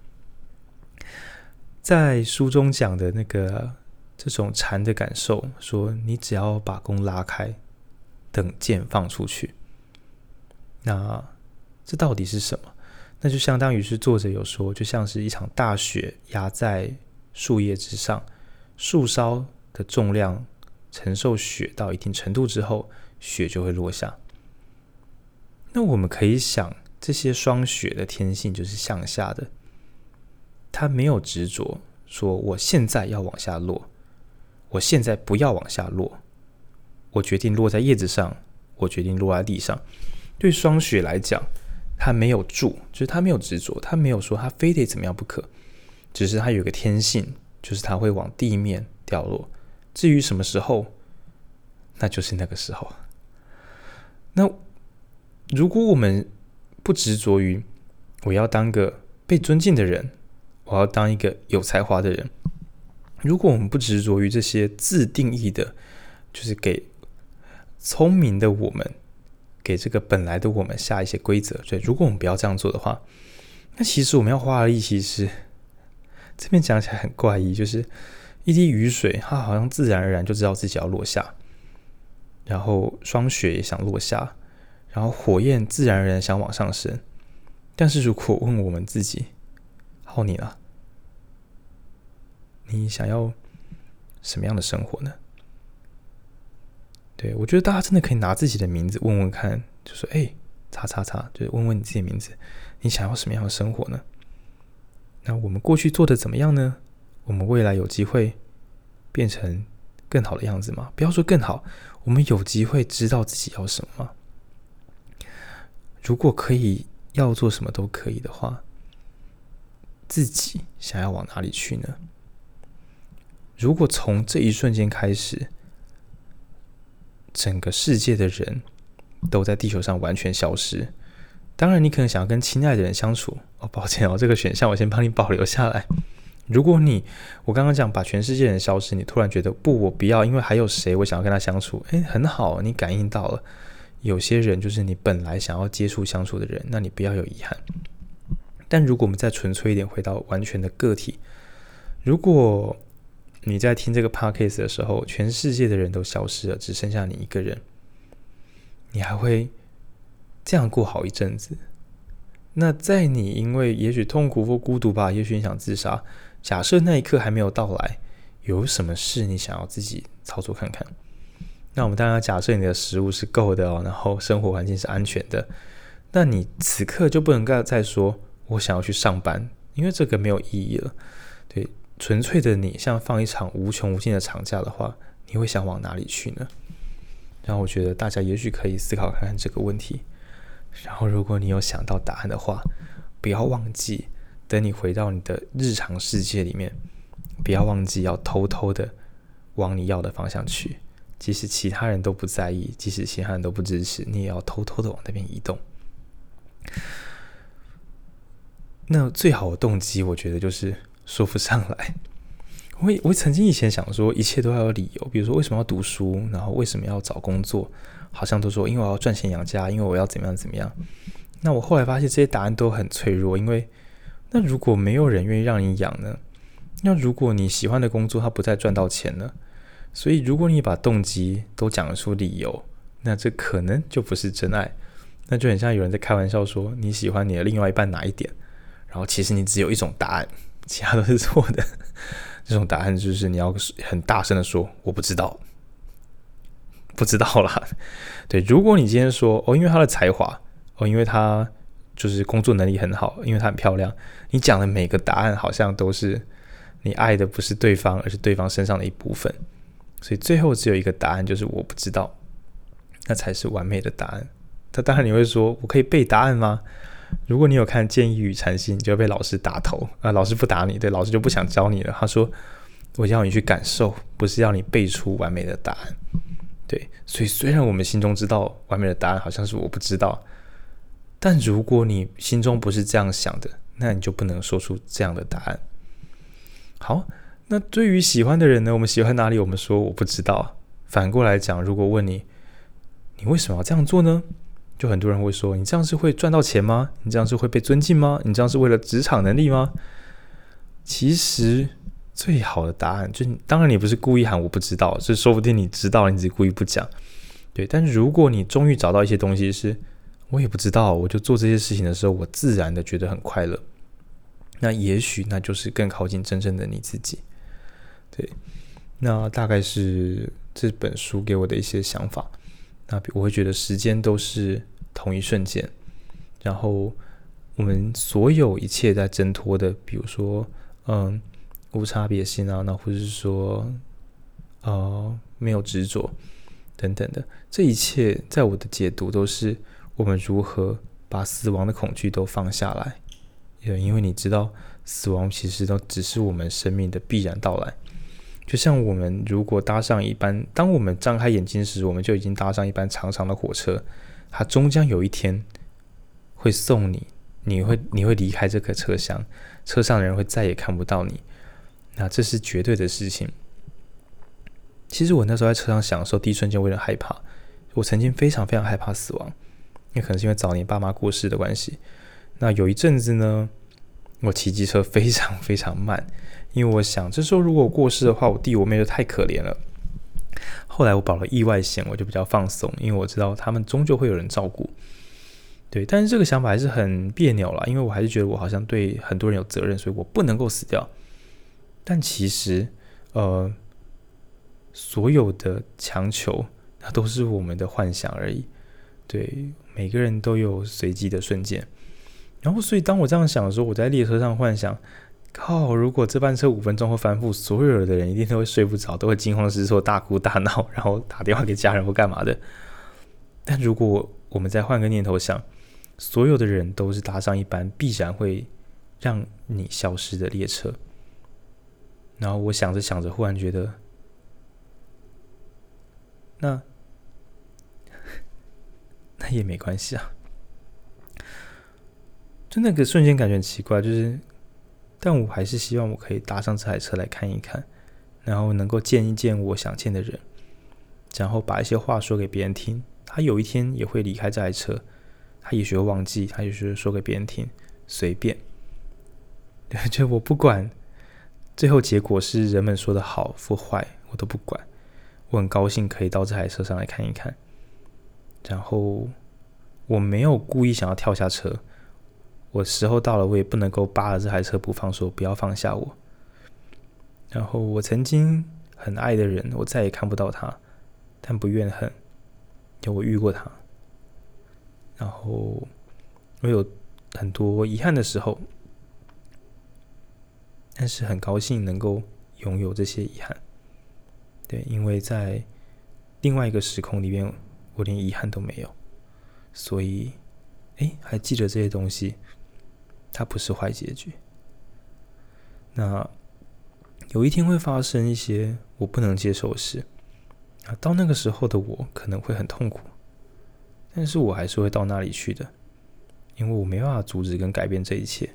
在书中讲的那个这种禅的感受，说你只要把弓拉开，等箭放出去。那这到底是什么？那就相当于是作者有说，就像是一场大雪压在树叶之上，树梢的重量承受雪到一定程度之后，雪就会落下。 那我们可以想，这些霜雪的天性就是向下的，它没有执着说我现在要往下落，我现在不要往下落，我决定落在叶子上，我决定落在地上。对霜雪来讲，它没有住，就是它没有执着，它没有说它非得怎么样不可，只是它有一个天性，就是它会往地面掉落。至于什么时候，那就是那个时候。那如果我们不执着于我要当个被尊敬的人，我要当一个有才华的人，如果我们不执着于这些自定义的，就是给聪明的我们，给这个本来的我们下一些规则，所以如果我们不要这样做的话，那其实我们要花的力气是，这边讲起来很怪异，就是一滴雨水，它好像自然而然就知道自己要落下，然后霜雪也想落下，然后火焰自然而然想往上升。但是如果问我们自己，好你啦，你想要什么样的生活呢？对，我觉得大家真的可以拿自己的名字问问看，就说哎，叉叉叉，就是问问你自己的名字，你想要什么样的生活呢？那我们过去做的怎么样呢？我们未来有机会变成更好的样子吗？不要说更好，我们有机会知道自己要什么吗？如果可以要做什么都可以的话，自己想要往哪里去呢？如果从这一瞬间开始，整个世界的人都在地球上完全消失，当然你可能想要跟亲爱的人相处，哦，抱歉哦，这个选项我先帮你保留下来。如果你我刚刚讲把全世界人消失，你突然觉得不，我不要，因为还有谁我想要跟他相处，诶，很好，你感应到了有些人就是你本来想要接触相处的人，那你不要有遗憾。但如果我们再纯粹一点，回到完全的个体，如果你在听这个 podcast 的时候，全世界的人都消失了，只剩下你一个人，你还会这样过好一阵子？那在你因为也许痛苦或孤独吧，也许你想自杀，假设那一刻还没有到来，有什么事你想要自己操作看看？那我们当然要假设你的食物是够的哦，然后生活环境是安全的，那你此刻就不能再说我想要去上班，因为这个没有意义了。对，纯粹的你像放一场无穷无尽的长假的话，你会想往哪里去呢？然后我觉得大家也许可以思考看看这个问题。然后如果你有想到答案的话，不要忘记等你回到你的日常世界里面，不要忘记要偷偷的往你要的方向去，即使其他人都不在意，即使其他人都不支持，你也要偷偷的往那边移动。那最好的动机我觉得就是说不上来。我我曾经以前想说一切都要有理由，比如说为什么要读书，然后为什么要找工作，好像都说因为我要赚钱养家，因为我要怎么样怎么样。那我后来发现这些答案都很脆弱，因为那如果没有人愿意让你养呢？那如果你喜欢的工作它不再赚到钱呢？所以如果你把动机都讲得出理由，那这可能就不是真爱。那就很像有人在开玩笑说你喜欢你的另外一半哪一点，然后其实你只有一种答案，其他都是错的。这种答案就是你要很大声的说我不知道，不知道啦。对，如果你今天说哦因为他的才华，哦因为他就是工作能力很好，因为他很漂亮，你讲的每个答案好像都是你爱的不是对方，而是对方身上的一部分，所以最后只有一个答案，就是我不知道，那才是完美的答案。那当然你会说我可以背答案吗？如果你有看《建议与禅心》，你就会被老师打头啊！老师不打你，对，老师就不想教你了。他说：“我要你去感受，不是要你背出完美的答案。”对，所以虽然我们心中知道完美的答案好像是我不知道，但如果你心中不是这样想的，那你就不能说出这样的答案。好，那对于喜欢的人呢？我们喜欢哪里？我们说我不知道。反过来讲，如果问你，你为什么要这样做呢？就很多人会说，你这样是会赚到钱吗？你这样是会被尊敬吗？你这样是为了职场能力吗？其实最好的答案，就当然你不是故意喊我不知道，是说不定你知道，你只是故意不讲。对，但如果你终于找到一些东西是我也不知道，我就做这些事情的时候，我自然的觉得很快乐，那也许那就是更靠近真正的你自己。对，那大概是这本书给我的一些想法。那我会觉得时间都是同一瞬间，然后我们所有一切在挣脱的，比如说嗯无差别性啊，那或者是说呃没有执着等等的，这一切在我的解读都是我们如何把死亡的恐惧都放下来。因为你知道死亡其实都只是我们生命的必然到来，就像我们如果搭上一班，当我们张开眼睛时，我们就已经搭上一班长长的火车，它终将有一天会送你，你会你会离开这个车厢，车上的人会再也看不到你，那这是绝对的事情。其实我那时候在车上想的时候，第一瞬间我有点害怕，我曾经非常非常害怕死亡，因为可能是因为早年爸妈过世的关系。那有一阵子呢，我骑机车非常非常慢，因为我想这时候如果我过世的话，我弟我妹就太可怜了。后来我保了意外险，我就比较放松，因为我知道他们终究会有人照顾。对，但是这个想法还是很别扭啦，因为我还是觉得我好像对很多人有责任，所以我不能够死掉。但其实，呃，所有的强求，那都是我们的幻想而已。对，每个人都有随机的瞬间。然后，所以当我这样想的时候，我在列车上幻想，靠，如果这班车五分钟后翻覆，所有的人一定都会睡不着，都会惊慌失措、大哭大闹，然后打电话给家人或干嘛的。但如果我们再换个念头想，所有的人都是搭上一班必然会让你消失的列车，然后我想着想着，忽然觉得，那那也没关系啊。就那个瞬间感觉很奇怪，就是但我还是希望我可以搭上这台车来看一看，然后能够见一见我想见的人，然后把一些话说给别人听。他有一天也会离开这台车，他也许会忘记，他也许会说给别人听，随便。就我不管最后结果是人们说的好或坏，我都不管。我很高兴可以到这台车上来看一看，然后我没有故意想要跳下车，我时候到了，我也不能够扒了这台车不放，说不要放下我。然后我曾经很爱的人，我再也看不到他，但不怨恨，因为我遇过他。然后我有很多遗憾的时候，但是很高兴能够拥有这些遗憾。对，因为在另外一个时空里面，我连遗憾都没有，所以，哎，还记得这些东西。它不是坏结局。那有一天会发生一些我不能接受的事，到那个时候的我可能会很痛苦，但是我还是会到那里去的，因为我没办法阻止跟改变这一切。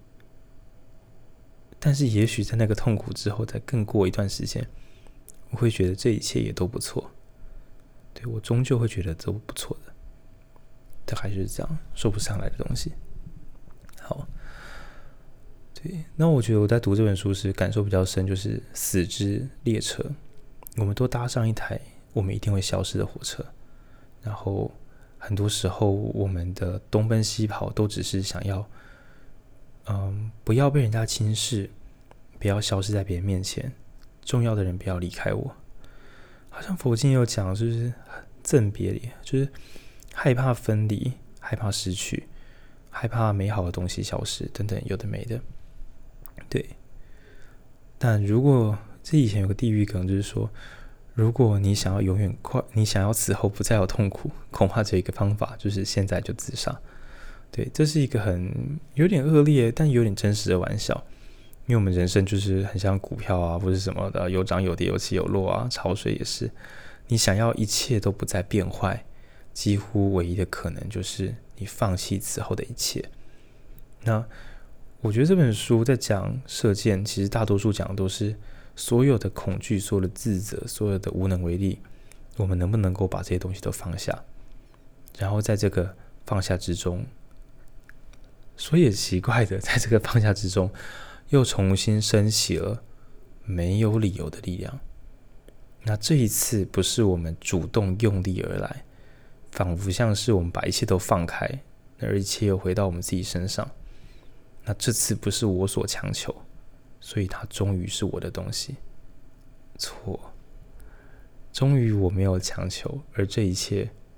但是也许在那个痛苦之后，再更过一段时间，我会觉得这一切也都不错。对，我终究会觉得都不错的。这还是这样说不上来的东西。好，对，那我觉得我在读这本书时感受比较深，就是死之列车，我们都搭上一台我们一定会消失的火车，然后很多时候我们的东奔西跑都只是想要，嗯，不要被人家轻视，不要消失在别人面前，重要的人不要离开我。好像佛经有讲，就是赠别离，就是害怕分离，害怕失去。害怕美好的东西消失等等，有的没的。对，但如果这以前有个地狱梗，就是说，如果你想要永远快，你想要此后不再有痛苦，恐怕只有一个方法，就是现在就自杀。对，这是一个很有点恶劣但有点真实的玩笑，因为我们人生就是很像股票啊，或是什么的，有涨有跌，有起有落啊，潮水也是。你想要一切都不再变坏，几乎唯一的可能就是你放弃此后的一切。那我觉得这本书在讲射箭，其实大多数讲的都是所有的恐惧、所有的自责、所有的无能为力，我们能不能够把这些东西都放下？然后在这个放下之中，所以也奇怪的，在这个放下之中，又重新升起了没有理由的力量。那这一次不是我们主动用力而来，仿佛像是我们把一切都放开，而一切又回到我们自己身上。那这次不是我所强求，所以它终于是我的东西。错，终于我没有强求，而这一切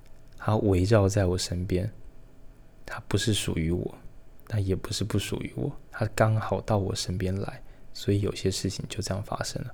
它围绕在我身边，它不是属于我，它也不是不属于我，它刚好到我身边来，所以有些事情就这样发生了。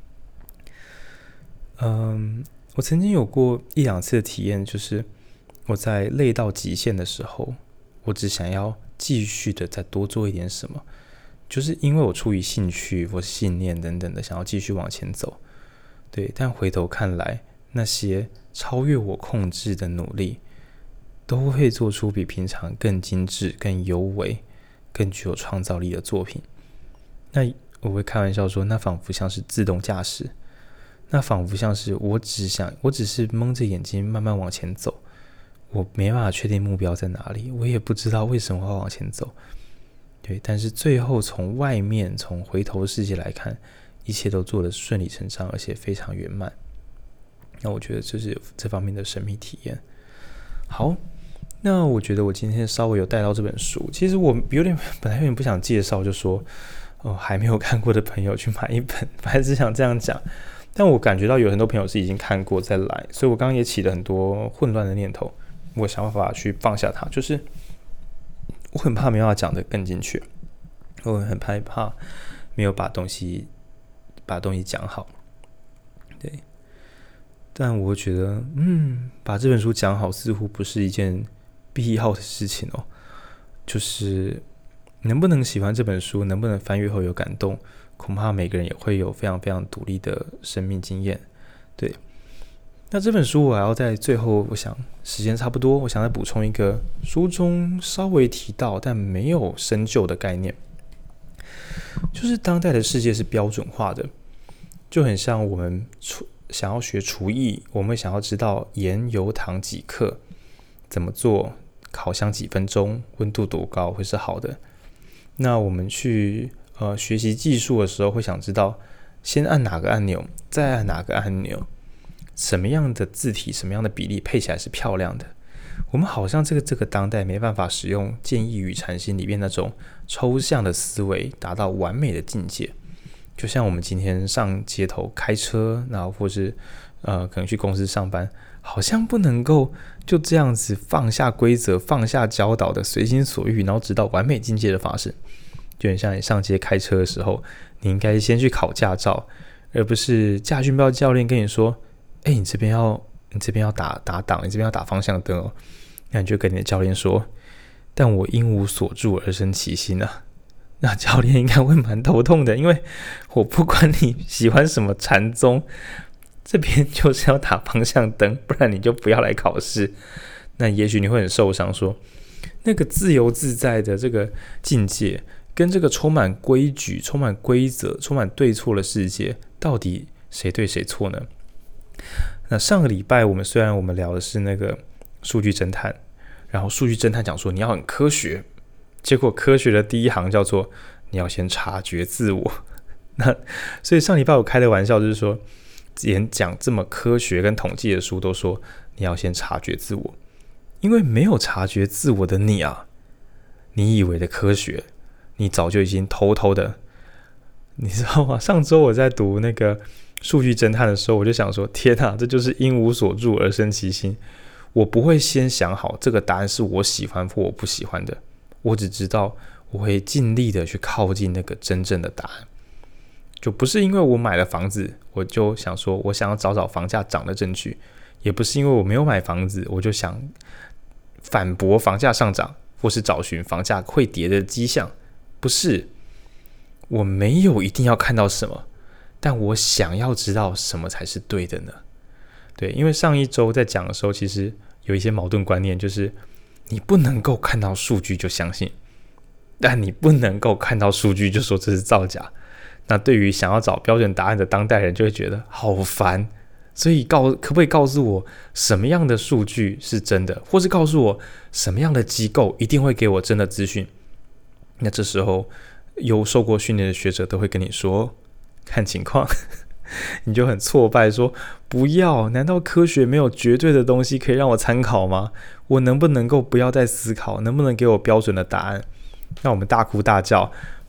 嗯，我曾经有过一两次的体验，就是我在累到极限的时候，我只想要继续的再多做一点什么，就是因为我出于兴趣或信念等等的想要继续往前走，对，但回头看来，那些超越我控制的努力，都会做出比平常更精致、更优美、更具有创造力的作品。那我会开玩笑说，那仿佛像是自动驾驶，那仿佛像是我只想，我只是蒙着眼睛慢慢往前走，我没办法确定目标在哪里，我也不知道为什么要往前走。对，但是最后从外面，从回头世界来看，一切都做得顺理成章，而且非常圆满。那我觉得这是这方面的神秘体验。好，那我觉得我今天稍微有带到这本书，其实我有点本来有点不想介绍，就说哦还没有看过的朋友去买一本，本来只想这样讲，但我感觉到有很多朋友是已经看过再来，所以我刚刚也起了很多混乱的念头，我想办法去放下它，就是我很怕没办法讲得更精确，我很害怕没有把东西把东西讲好，对。但我觉得，嗯，把这本书讲好似乎不是一件必要的事情哦。就是能不能喜欢这本书，能不能翻阅后有感动，恐怕每个人也会有非常非常独立的生命经验。对，那这本书我还要在最后，我想时间差不多，我想再补充一个书中稍微提到但没有深究的概念，就是当代的世界是标准化的，就很像我们想要学厨艺，我们会想要知道盐、油、糖几克，怎么做，烤箱几分钟，温度多高会是好的。那我们去呃学习技术的时候，会想知道先按哪个按钮，再按哪个按钮，什么样的字体，什么样的比例配起来是漂亮的。我们好像这个这个当代没办法使用建议与禅心里面那种抽象的思维，达到完美的境界。就像我们今天上街头开车，然后或是呃可能去公司上班，好像不能够就这样子放下规则，放下教导的随心所欲，然后直到完美境界的发生。就很像你上街开车的时候，你应该先去考驾照，而不是驾训班教练跟你说：“哎、欸，你这边要你这边要打打档，你这边要打方向灯哦。”那你就跟你的教练说：“但我因无所住而生其心啊。”那教练应该会蛮头痛的，因为我不管你喜欢什么禅宗，这边就是要打方向灯，不然你就不要来考试。那也许你会很受伤，说那个自由自在的这个境界，跟这个充满规矩、充满规则、充满对错的世界，到底谁对谁错呢？那上个礼拜我们虽然我们聊的是那个数据侦探，然后数据侦探讲说你要很科学。结果科学的第一行叫做你要先察觉自我。那所以上礼拜我开的玩笑就是说，连讲这么科学跟统计的书都说你要先察觉自我，因为没有察觉自我的你啊，你以为的科学，你早就已经偷偷的，你知道吗？上周我在读那个数据侦探的时候，我就想说，天啊，这就是因无所住而生其心。我不会先想好这个答案是我喜欢或我不喜欢的。我只知道我会尽力的去靠近那个真正的答案，就不是因为我买了房子，我就想说我想要找找房价涨的证据，也不是因为我没有买房子，我就想反驳房价上涨，或是找寻房价会跌的迹象。不是，我没有一定要看到什么，但我想要知道什么才是对的呢？对，因为上一周在讲的时候，其实有一些矛盾观念，就是你不能够看到数据就相信，但你不能够看到数据就说这是造假。那对于想要找标准答案的当代人就会觉得好烦，所以告可不可以告诉我什么样的数据是真的，或是告诉我什么样的机构一定会给我真的资讯？那这时候有受过训练的学者都会跟你说看情况。你就很挫败说不要，难道科学没有绝对的东西可以让我参考吗？我能不能够不要再思考，能不能给我标准的答案？那我们大哭大叫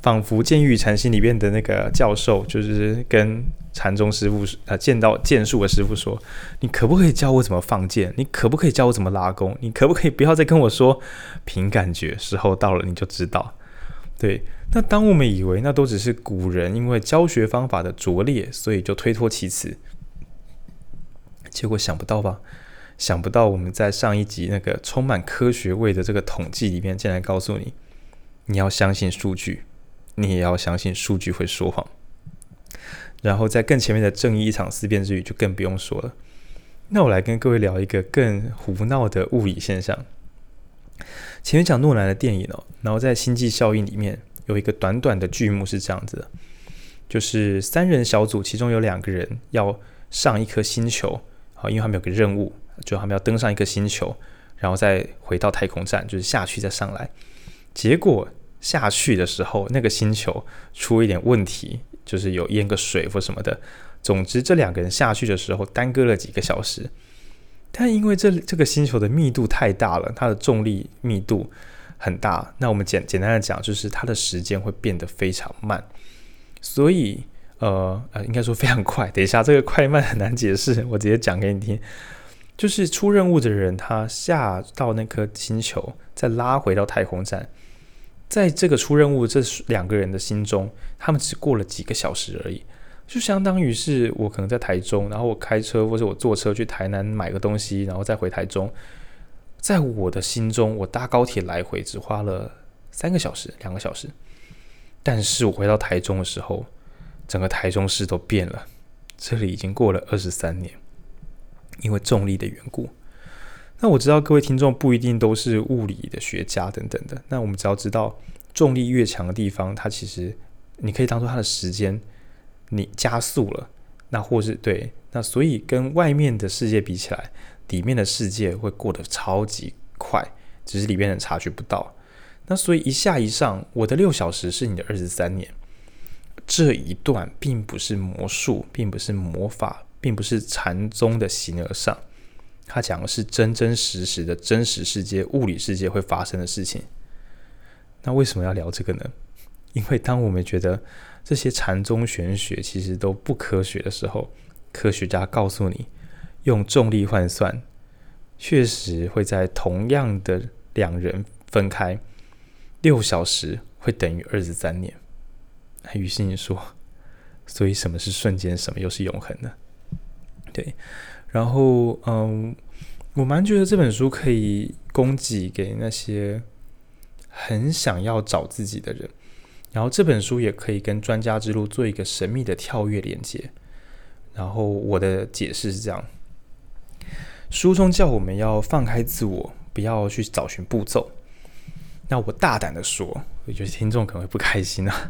仿佛《剑域禅心》里面的那个教授，就是跟禅宗师傅呃见到剑术的师傅说：“你可不可以教我怎么放剑？你可不可以教我怎么拉弓？你可不可以不要再跟我说凭感觉，时候到了你就知道。”对，那当我们以为那都只是古人因为教学方法的拙劣，所以就推脱其词，结果想不到吧？想不到我们在上一集那个充满科学味的这个统计里面，竟然告诉你，你要相信数据，你也要相信数据会说谎。然后在更前面的正义一场思辨之语就更不用说了。那我来跟各位聊一个更胡闹的物理现象。前面讲诺兰的电影哦，然后在星际效应里面有一个短短的剧目是这样子的，就是三人小组，其中有两个人要上一颗星球，因为他们有个任务，就他们要登上一颗星球，然后再回到太空站，就是下去再上来。结果下去的时候，那个星球出一点问题，就是有淹个水或什么的。总之，这两个人下去的时候耽搁了几个小时。但因为 这, 这个星球的密度太大了，它的重力密度很大，那我们 简, 简单的讲，就是它的时间会变得非常慢，所以呃呃，应该说非常快。等一下，这个快慢很难解释，我直接讲给你听。就是出任务的人，他下到那颗星球，再拉回到太空站，在这个出任务这两个人的心中，他们只过了几个小时而已。就相当于是我可能在台中，然后我开车或者我坐车去台南买个东西，然后再回台中，在我的心中，我搭高铁来回只花了三个小时、两个小时。但是我回到台中的时候，整个台中市都变了，这里已经过了二十三年，因为重力的缘故。那我知道各位听众不一定都是物理的学家等等的，那我们只要知道重力越强的地方，它其实你可以当作它的时间你加速了，那或是对，那所以跟外面的世界比起来，里面的世界会过得超级快，只是里面人察觉不到。那所以一下一上，我的六小时是你的二十三年。这一段并不是魔术，并不是魔法，并不是禅宗的形而上，它讲的是真真实实的真实世界、物理世界会发生的事情。那为什么要聊这个呢？因为当我们觉得这些禅宗玄学其实都不科学的时候，科学家告诉你，用重力换算，确实会在同样的两人分开，六小时会等于二十三年。于是你说，所以什么是瞬间，什么又是永恒呢？对，然后嗯，我蛮觉得这本书可以供给给那些很想要找自己的人。然后这本书也可以跟专家之路做一个神秘的跳跃连接。然后我的解释是这样：书中叫我们要放开自我，不要去找寻步骤。那我大胆的说，我觉得听众可能会不开心啊。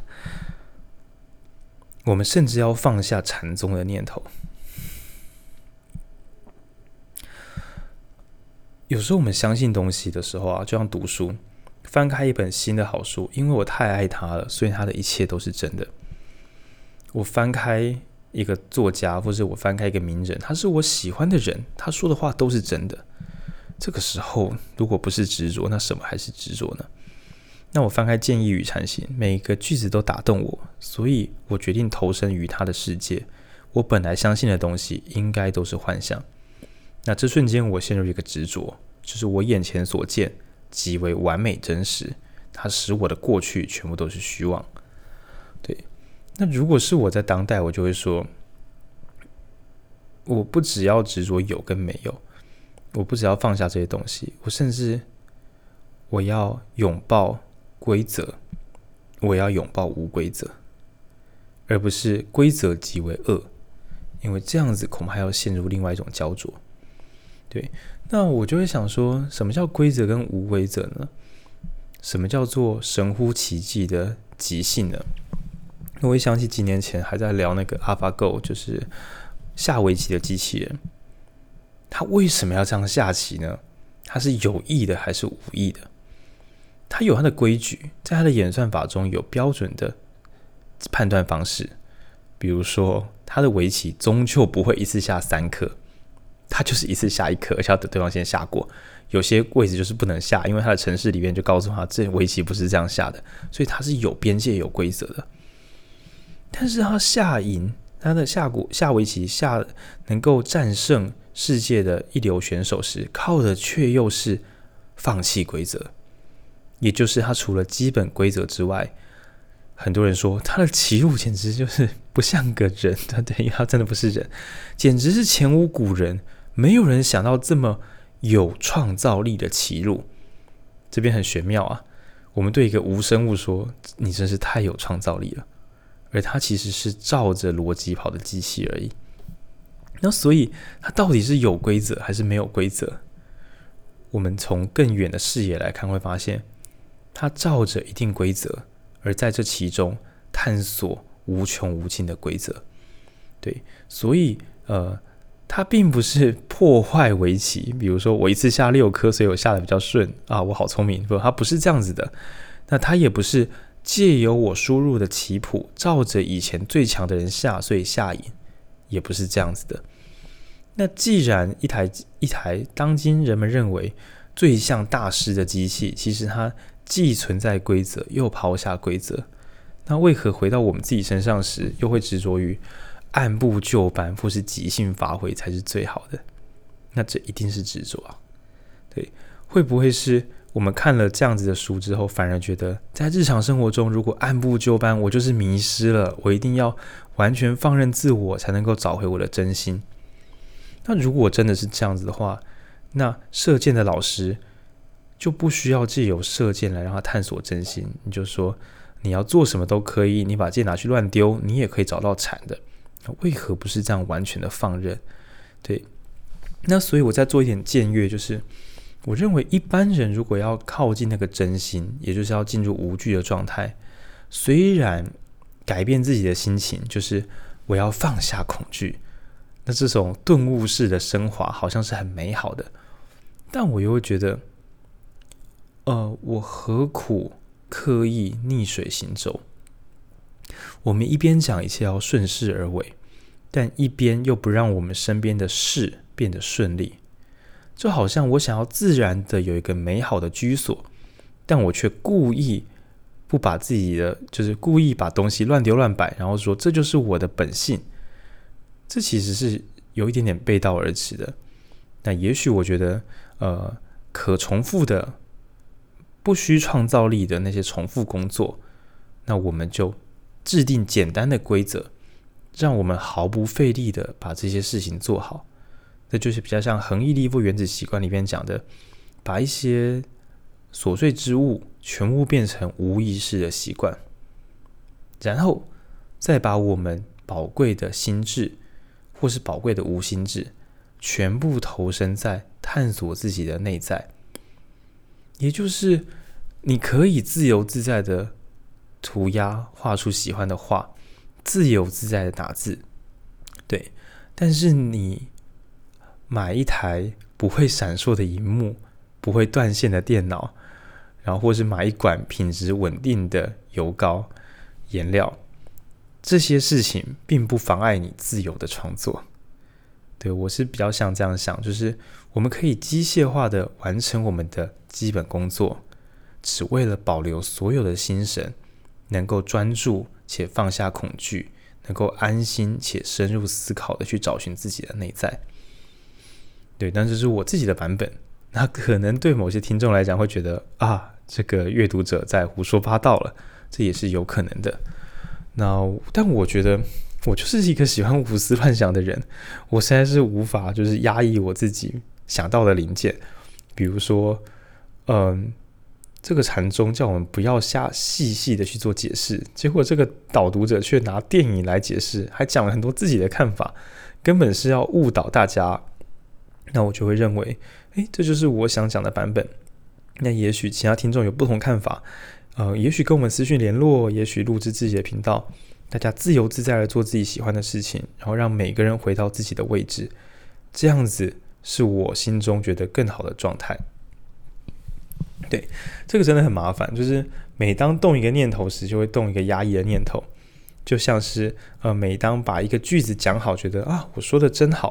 我们甚至要放下禅宗的念头。有时候我们相信东西的时候啊，就像读书。翻开一本新的好书，因为我太爱它了，所以它的一切都是真的。我翻开一个作家，或者我翻开一个名人，他是我喜欢的人，他说的话都是真的。这个时候，如果不是执着，那什么还是执着呢？那我翻开《剑意与禅心》，每一个句子都打动我，所以我决定投身于他的世界。我本来相信的东西，应该都是幻象。那这瞬间，我陷入一个执着，就是我眼前所见极为完美真实，它使我的过去全部都是虚妄。对，那如果是我在当代，我就会说，我不只要执着有跟没有，我不只要放下这些东西，我甚至我要拥抱规则，我要拥抱无规则，而不是规则即为恶，因为这样子恐怕还要陷入另外一种焦灼。对，那我就会想说，什么叫规则跟无规则呢？什么叫做神乎其技的即兴呢？我会想起几年前还在聊那个 AlphaGo， 就是下围棋的机器人，他为什么要这样下棋呢？他是有意的还是无意的？他有他的规矩，在他的演算法中有标准的判断方式，比如说他的围棋终究不会一次下三颗。 他就是一次下一颗，而且要等对方先下过。有些位置就是不能下，因为他的程式里面就告诉他这围棋不是这样下的，所以他是有边界有规则的。但是他下赢，他的下国下围棋下能够战胜世界的一流选手时，靠的却又是放弃规则，也就是他除了基本规则之外，很多人说他的棋路简直就是不像个人，对，因为他真的不是人，简直是前无古人，没有人想到这么有创造力的棋路。这边很玄妙啊，我们对一个无生物说你真是太有创造力了，而他其实是照着逻辑跑的机器而已。那所以他到底是有规则还是没有规则？我们从更远的视野来看，会发现他照着一定规则，而在这其中探索无穷无尽的规则。对，所以呃，他并不是破坏围棋，比如说我一次下六颗，所以我下的比较顺啊，我好聪明，不，他不是这样子的。那他也不是借由我输入的棋谱，照着以前最强的人下，所以下赢，也不是这样子的。那既然一台一台当今人们认为最像大师的机器，其实它既存在规则，又抛下规则，那为何回到我们自己身上时，又会执着于按部就班或是即兴发挥才是最好的？那这一定是执着啊。对，会不会是我们看了这样子的书之后，反而觉得在日常生活中，如果按部就班，我就是迷失了，我一定要完全放任自我，才能够找回我的真心。那如果真的是这样子的话，那射箭的老师就不需要借由射箭来让他探索真心。你就说你要做什么都可以，你把箭拿去乱丢，你也可以找到蝉的。为何不是这样完全的放任？对，那所以我再做一点僭越，就是我认为一般人如果要靠近那个真心，也就是要进入无惧的状态，虽然改变自己的心情，就是我要放下恐惧，那这种顿悟式的升华好像是很美好的，但我又会觉得呃，我何苦刻意逆水行舟？我们一边讲一切要顺势而为，但一边又不让我们身边的事变得顺利，就好像我想要自然的有一个美好的居所，但我却故意不把自己的，就是故意把东西乱丢乱摆，然后说这就是我的本性。这其实是有一点点背道而驰的。那也许我觉得呃，可重复的不需创造力的那些重复工作，那我们就制定简单的规则，让我们毫不费力的把这些事情做好。这就是比较像恒毅力或原子习惯里面讲的，把一些琐碎之物全部变成无意识的习惯，然后再把我们宝贵的心智或是宝贵的无心智全部投身在探索自己的内在。也就是你可以自由自在的涂鸦，画出喜欢的画，自由自在的打字，对，但是你买一台不会闪烁的萤幕，不会断线的电脑，然后或是买一管品质稳定的油膏、颜料，这些事情并不妨碍你自由的创作。对，我是比较像这样想，就是我们可以机械化的完成我们的基本工作，只为了保留所有的心神能够专注且放下恐惧，能够安心且深入思考的去找寻自己的内在。对，但这是我自己的版本，那可能对某些听众来讲会觉得啊，这个阅读者在胡说八道了，这也是有可能的。那但我觉得我就是一个喜欢胡思乱想的人，我实在是无法就是压抑我自己想到的零件。比如说嗯，这个禅宗叫我们不要下细细的去做解释，结果这个导读者却拿电影来解释，还讲了很多自己的看法，根本是要误导大家。那我就会认为诶，这就是我想讲的版本。那也许其他听众有不同看法，呃，也许跟我们私讯联络，也许录制自己的频道，大家自由自在的做自己喜欢的事情，然后让每个人回到自己的位置，这样子是我心中觉得更好的状态。对，这个真的很麻烦，就是每当动一个念头时，就会动一个压抑的念头，就像是呃，每当把一个句子讲好，觉得啊，我说的真好，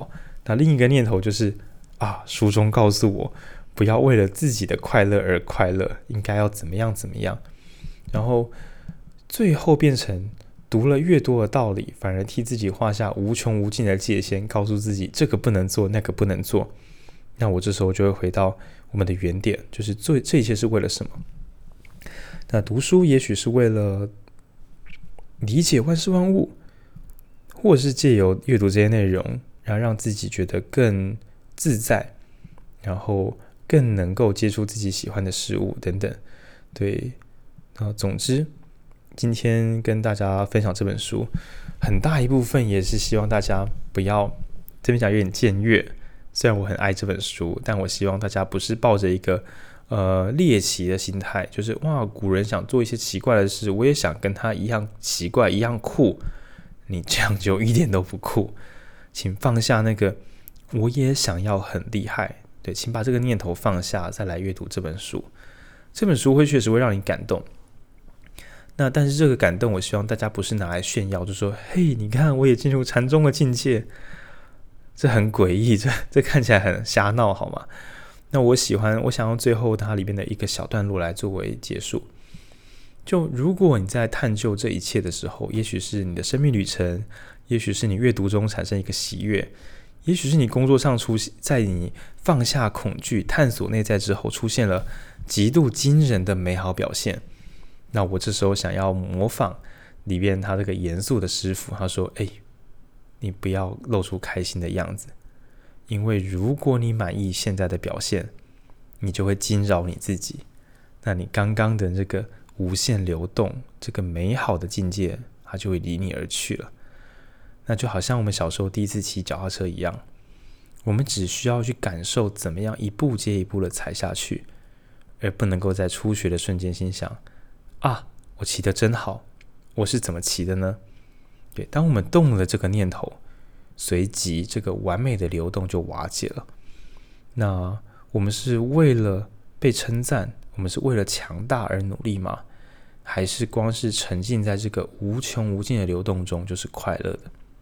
那另一个念头就是啊，书中告诉我不要为了自己的快乐而快乐，应该要怎么样怎么样。然后最后变成读了越多的道理，反而替自己画下无穷无尽的界限，告诉自己这个不能做，那个不能做。那我这时候就会回到我们的原点，就是这这一切是为了什么？那读书也许是为了理解万事万物，或者是借由阅读这些内容，然后让自己觉得更自在，然后更能够接触自己喜欢的事物等等。对，那总之今天跟大家分享这本书，很大一部分也是希望大家不要，这边讲有点僭越，虽然我很爱这本书，但我希望大家不是抱着一个呃猎奇的心态，就是哇，古人想做一些奇怪的事，我也想跟他一样奇怪一样酷，你这样就一点都不酷。请放下那个我也想要很厉害，对，请把这个念头放下，再来阅读这本书。这本书会确实会让你感动，那但是这个感动我希望大家不是拿来炫耀，就说嘿你看我也进入禅宗的境界，这很诡异，这这看起来很瞎闹好吗？那我喜欢我想用最后它里面的一个小段落来作为结束。就如果你在探究这一切的时候，也许是你的生命旅程，也许是你阅读中产生一个喜悦，也许是你工作上出现，在你放下恐惧探索内在之后出现了极度惊人的美好表现，那我这时候想要模仿里面他这个严肃的师傅，他说哎，你不要露出开心的样子，因为如果你满意现在的表现，你就会惊扰你自己，那你刚刚的这个无限流动，这个美好的境界它就会离你而去了。那就好像我们小时候第一次骑脚踏车一样，我们只需要去感受怎么样一步接一步的踩下去，而不能够在初学的瞬间心想啊，我骑得真好，我是怎么骑的呢？对，当我们动了这个念头，随即这个完美的流动就瓦解了。那我们是为了被称赞，我们是为了强大而努力吗？还是光是沉浸在这个无穷无尽的流动中就是快乐的？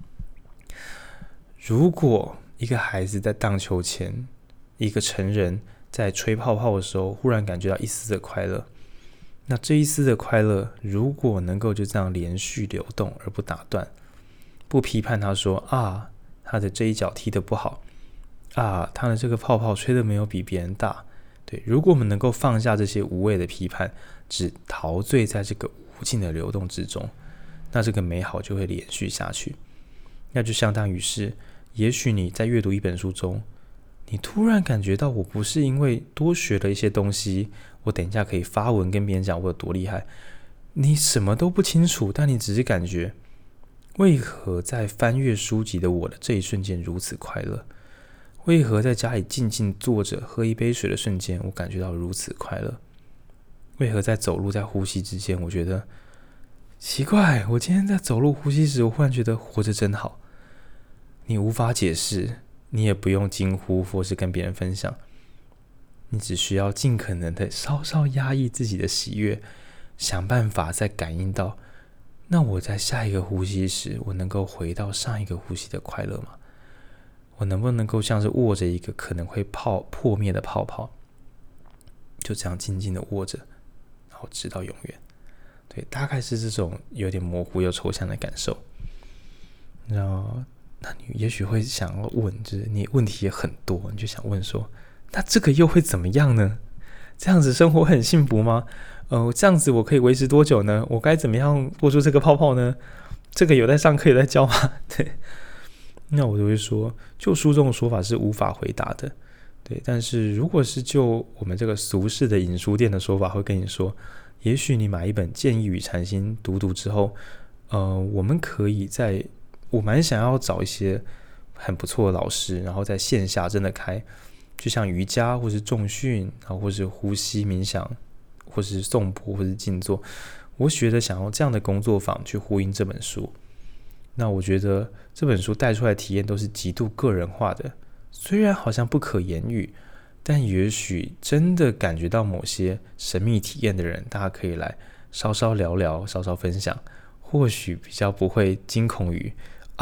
如果一个孩子在荡秋千，一个成人在吹泡泡的时候忽然感觉到一丝的快乐，那这一丝的快乐如果能够就这样连续流动而不打断，不批判他说啊，他的这一脚踢得不好啊，他的这个泡泡吹得没有比别人大，对，如果我们能够放下这些无谓的批判，只陶醉在这个无尽的流动之中，那这个美好就会连续下去。那就相当于是也许你在阅读一本书中，你突然感觉到我不是因为多学了一些东西，我等一下可以发文跟别人讲我有多厉害，你什么都不清楚，但你只是感觉为何在翻阅书籍的我的这一瞬间如此快乐，为何在家里静静坐着喝一杯水的瞬间我感觉到如此快乐，为何在走路在呼吸之间我觉得奇怪，我今天在走路呼吸时我忽然觉得活着真好。你无法解释，你也不用惊呼或是跟别人分享，你只需要尽可能的稍稍压抑自己的喜悦，想办法再感应到，那我在下一个呼吸时我能够回到上一个呼吸的快乐吗？我能不能够像是握着一个可能会泡破灭的泡泡，就这样静静的握着，然后直到永远。对，大概是这种有点模糊又抽象的感受。然后那你也许会想要问，就是你问题也很多，你就想问说，那这个又会怎么样呢？这样子生活很幸福吗？呃，这样子我可以维持多久呢？我该怎么样握住这个泡泡呢？这个有在上课有在教吗？对，那我就会说，就书中的说法是无法回答的。对，但是如果是就我们这个俗世的影书店的说法，会跟你说，也许你买一本《建议与禅心》读读之后，呃，我们可以在我蛮想要找一些很不错的老师，然后在线下真的开，就像瑜伽或是重训，然后或是呼吸冥想，或是颂钵或是静坐，我觉得想要这样的工作坊去呼应这本书。那我觉得这本书带出来的体验都是极度个人化的，虽然好像不可言喻，但也许真的感觉到某些神秘体验的人，大家可以来稍稍聊聊，稍稍分享，或许比较不会惊恐于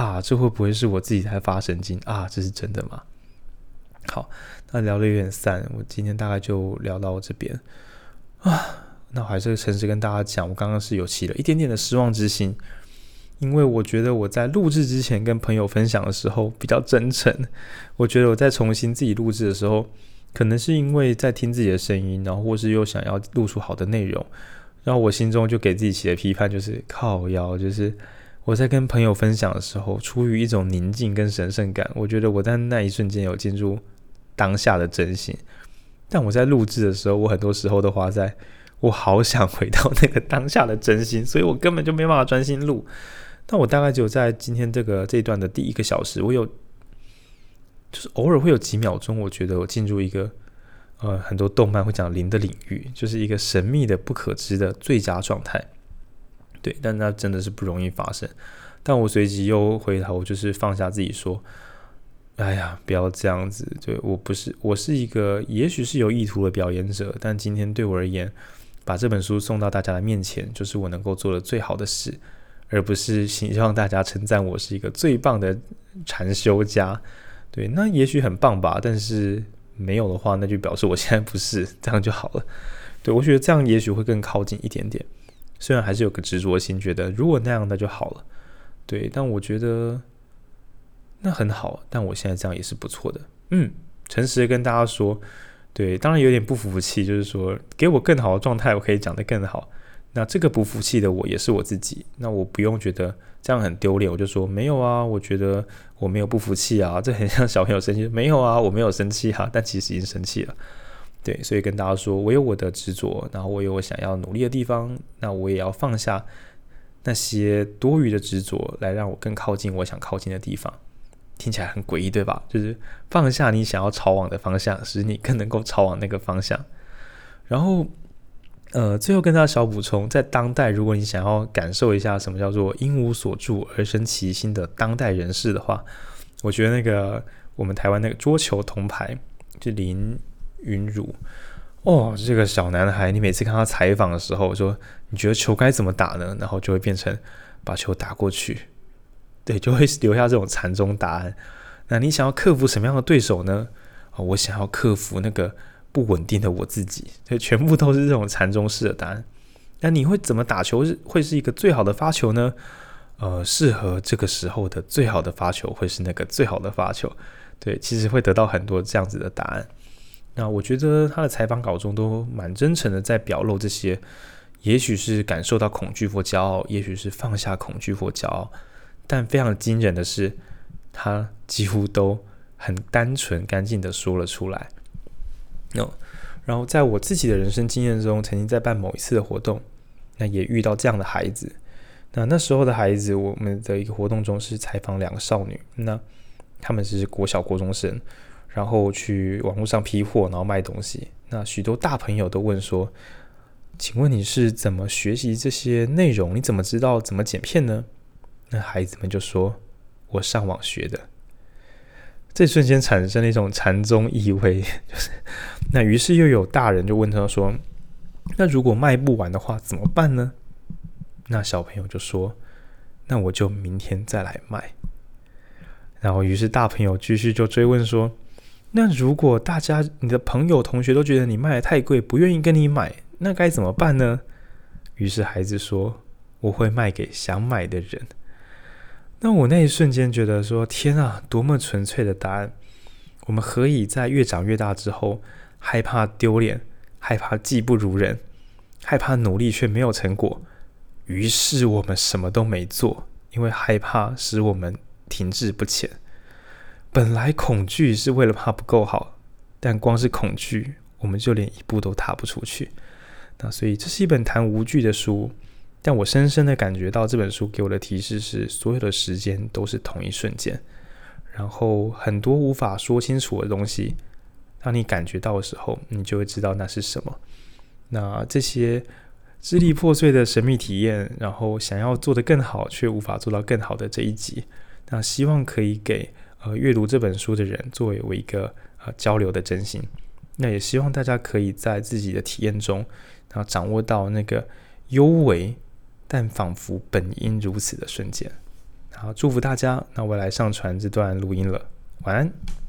啊，这会不会是我自己在发神经啊？这是真的吗？好，那聊得有点散，我今天大概就聊到这边啊。那我还是诚实跟大家讲，我刚刚是有起了一点点的失望之心，因为我觉得我在录制之前跟朋友分享的时候比较真诚，我觉得我在重新自己录制的时候，可能是因为在听自己的声音，然后或是又想要录出好的内容，然后我心中就给自己起了批判，就是靠腰，就是我在跟朋友分享的时候，出于一种宁静跟神圣感，我觉得我在那一瞬间有进入当下的真心，但我在录制的时候，我很多时候都花在我好想回到那个当下的真心，所以我根本就没办法专心录。但我大概只有在今天这个这一段的第一个小时，我有就是偶尔会有几秒钟，我觉得我进入一个呃很多动漫会讲灵的领域，就是一个神秘的不可知的最佳状态。对，但那真的是不容易发生。但我随即又回头，就是放下自己说，哎呀，不要这样子。对，我不是，我是一个也许是有意图的表演者，但今天对我而言，把这本书送到大家的面前，就是我能够做的最好的事，而不是希望大家称赞我是一个最棒的禅修家。对，那也许很棒吧，但是没有的话，那就表示我现在不是，这样就好了。对，我觉得这样也许会更靠近一点点，虽然还是有个执着心，觉得如果那样那就好了。对，但我觉得那很好，但我现在这样也是不错的。嗯，诚实的跟大家说，对，当然有点不服气，就是说给我更好的状态，我可以讲得更好。那这个不服气的我也是我自己，那我不用觉得这样很丢脸，我就说没有啊，我觉得我没有不服气啊，这很像小朋友生气，没有啊，我没有生气啊，但其实已经生气了。对，所以跟大家说，我有我的执着，然后我有我想要努力的地方，那我也要放下那些多余的执着，来让我更靠近我想靠近的地方。听起来很诡异，对吧？就是放下你想要朝往的方向，使你更能够朝往那个方向。然后，呃，最后跟大家小补充，在当代，如果你想要感受一下什么叫做因无所住而生其心的当代人士的话，我觉得那个我们台湾那个桌球铜牌，就林云儒。哦，这个小男孩，你每次看他采访的时候，说你觉得球该怎么打呢？然后就会变成把球打过去，对，就会留下这种禅宗答案。那你想要克服什么样的对手呢？哦，我想要克服那个不稳定的我自己，所以全部都是这种禅宗式的答案。那你会怎么打球会是一个最好的发球呢？呃，适合这个时候的最好的发球会是那个最好的发球。对，其实会得到很多这样子的答案。那我觉得他的采访稿中都蛮真诚的，在表露这些，也许是感受到恐惧或骄傲，也许是放下恐惧或骄傲，但非常惊人的是，他几乎都很单纯干净的说了出来。No. 然后在我自己的人生经验中，曾经在办某一次的活动，那也遇到这样的孩子。那那时候的孩子，我们的一个活动中是采访两个少女，那他们是国小国中生，然后去网络上批货，然后卖东西。那许多大朋友都问说，请问你是怎么学习这些内容？你怎么知道怎么剪片呢？那孩子们就说，我上网学的。这瞬间产生了一种禅宗意味，就是那于是又有大人就问他说，那如果卖不完的话怎么办呢？那小朋友就说，那我就明天再来卖。然后于是大朋友继续就追问说，那如果大家你的朋友同学都觉得你卖得太贵，不愿意跟你买，那该怎么办呢？于是孩子说，我会卖给想买的人。那我那一瞬间觉得说，天啊，多么纯粹的答案！我们何以在越长越大之后，害怕丢脸，害怕技不如人，害怕努力却没有成果，于是我们什么都没做，因为害怕使我们停滞不前。本来恐惧是为了怕不够好，但光是恐惧，我们就连一步都踏不出去。那所以这是一本谈无惧的书。但我深深的感觉到这本书给我的提示是，所有的时间都是同一瞬间，然后很多无法说清楚的东西，当你感觉到的时候，你就会知道那是什么。那这些支离破碎的神秘体验，然后想要做得更好却无法做到更好的这一集，那希望可以给呃阅读这本书的人作为我一个呃交流的真心。那也希望大家可以在自己的体验中，然后掌握到那个幽微但仿佛本应如此的瞬间。 好，祝福大家。那我来上传这段录音了，晚安。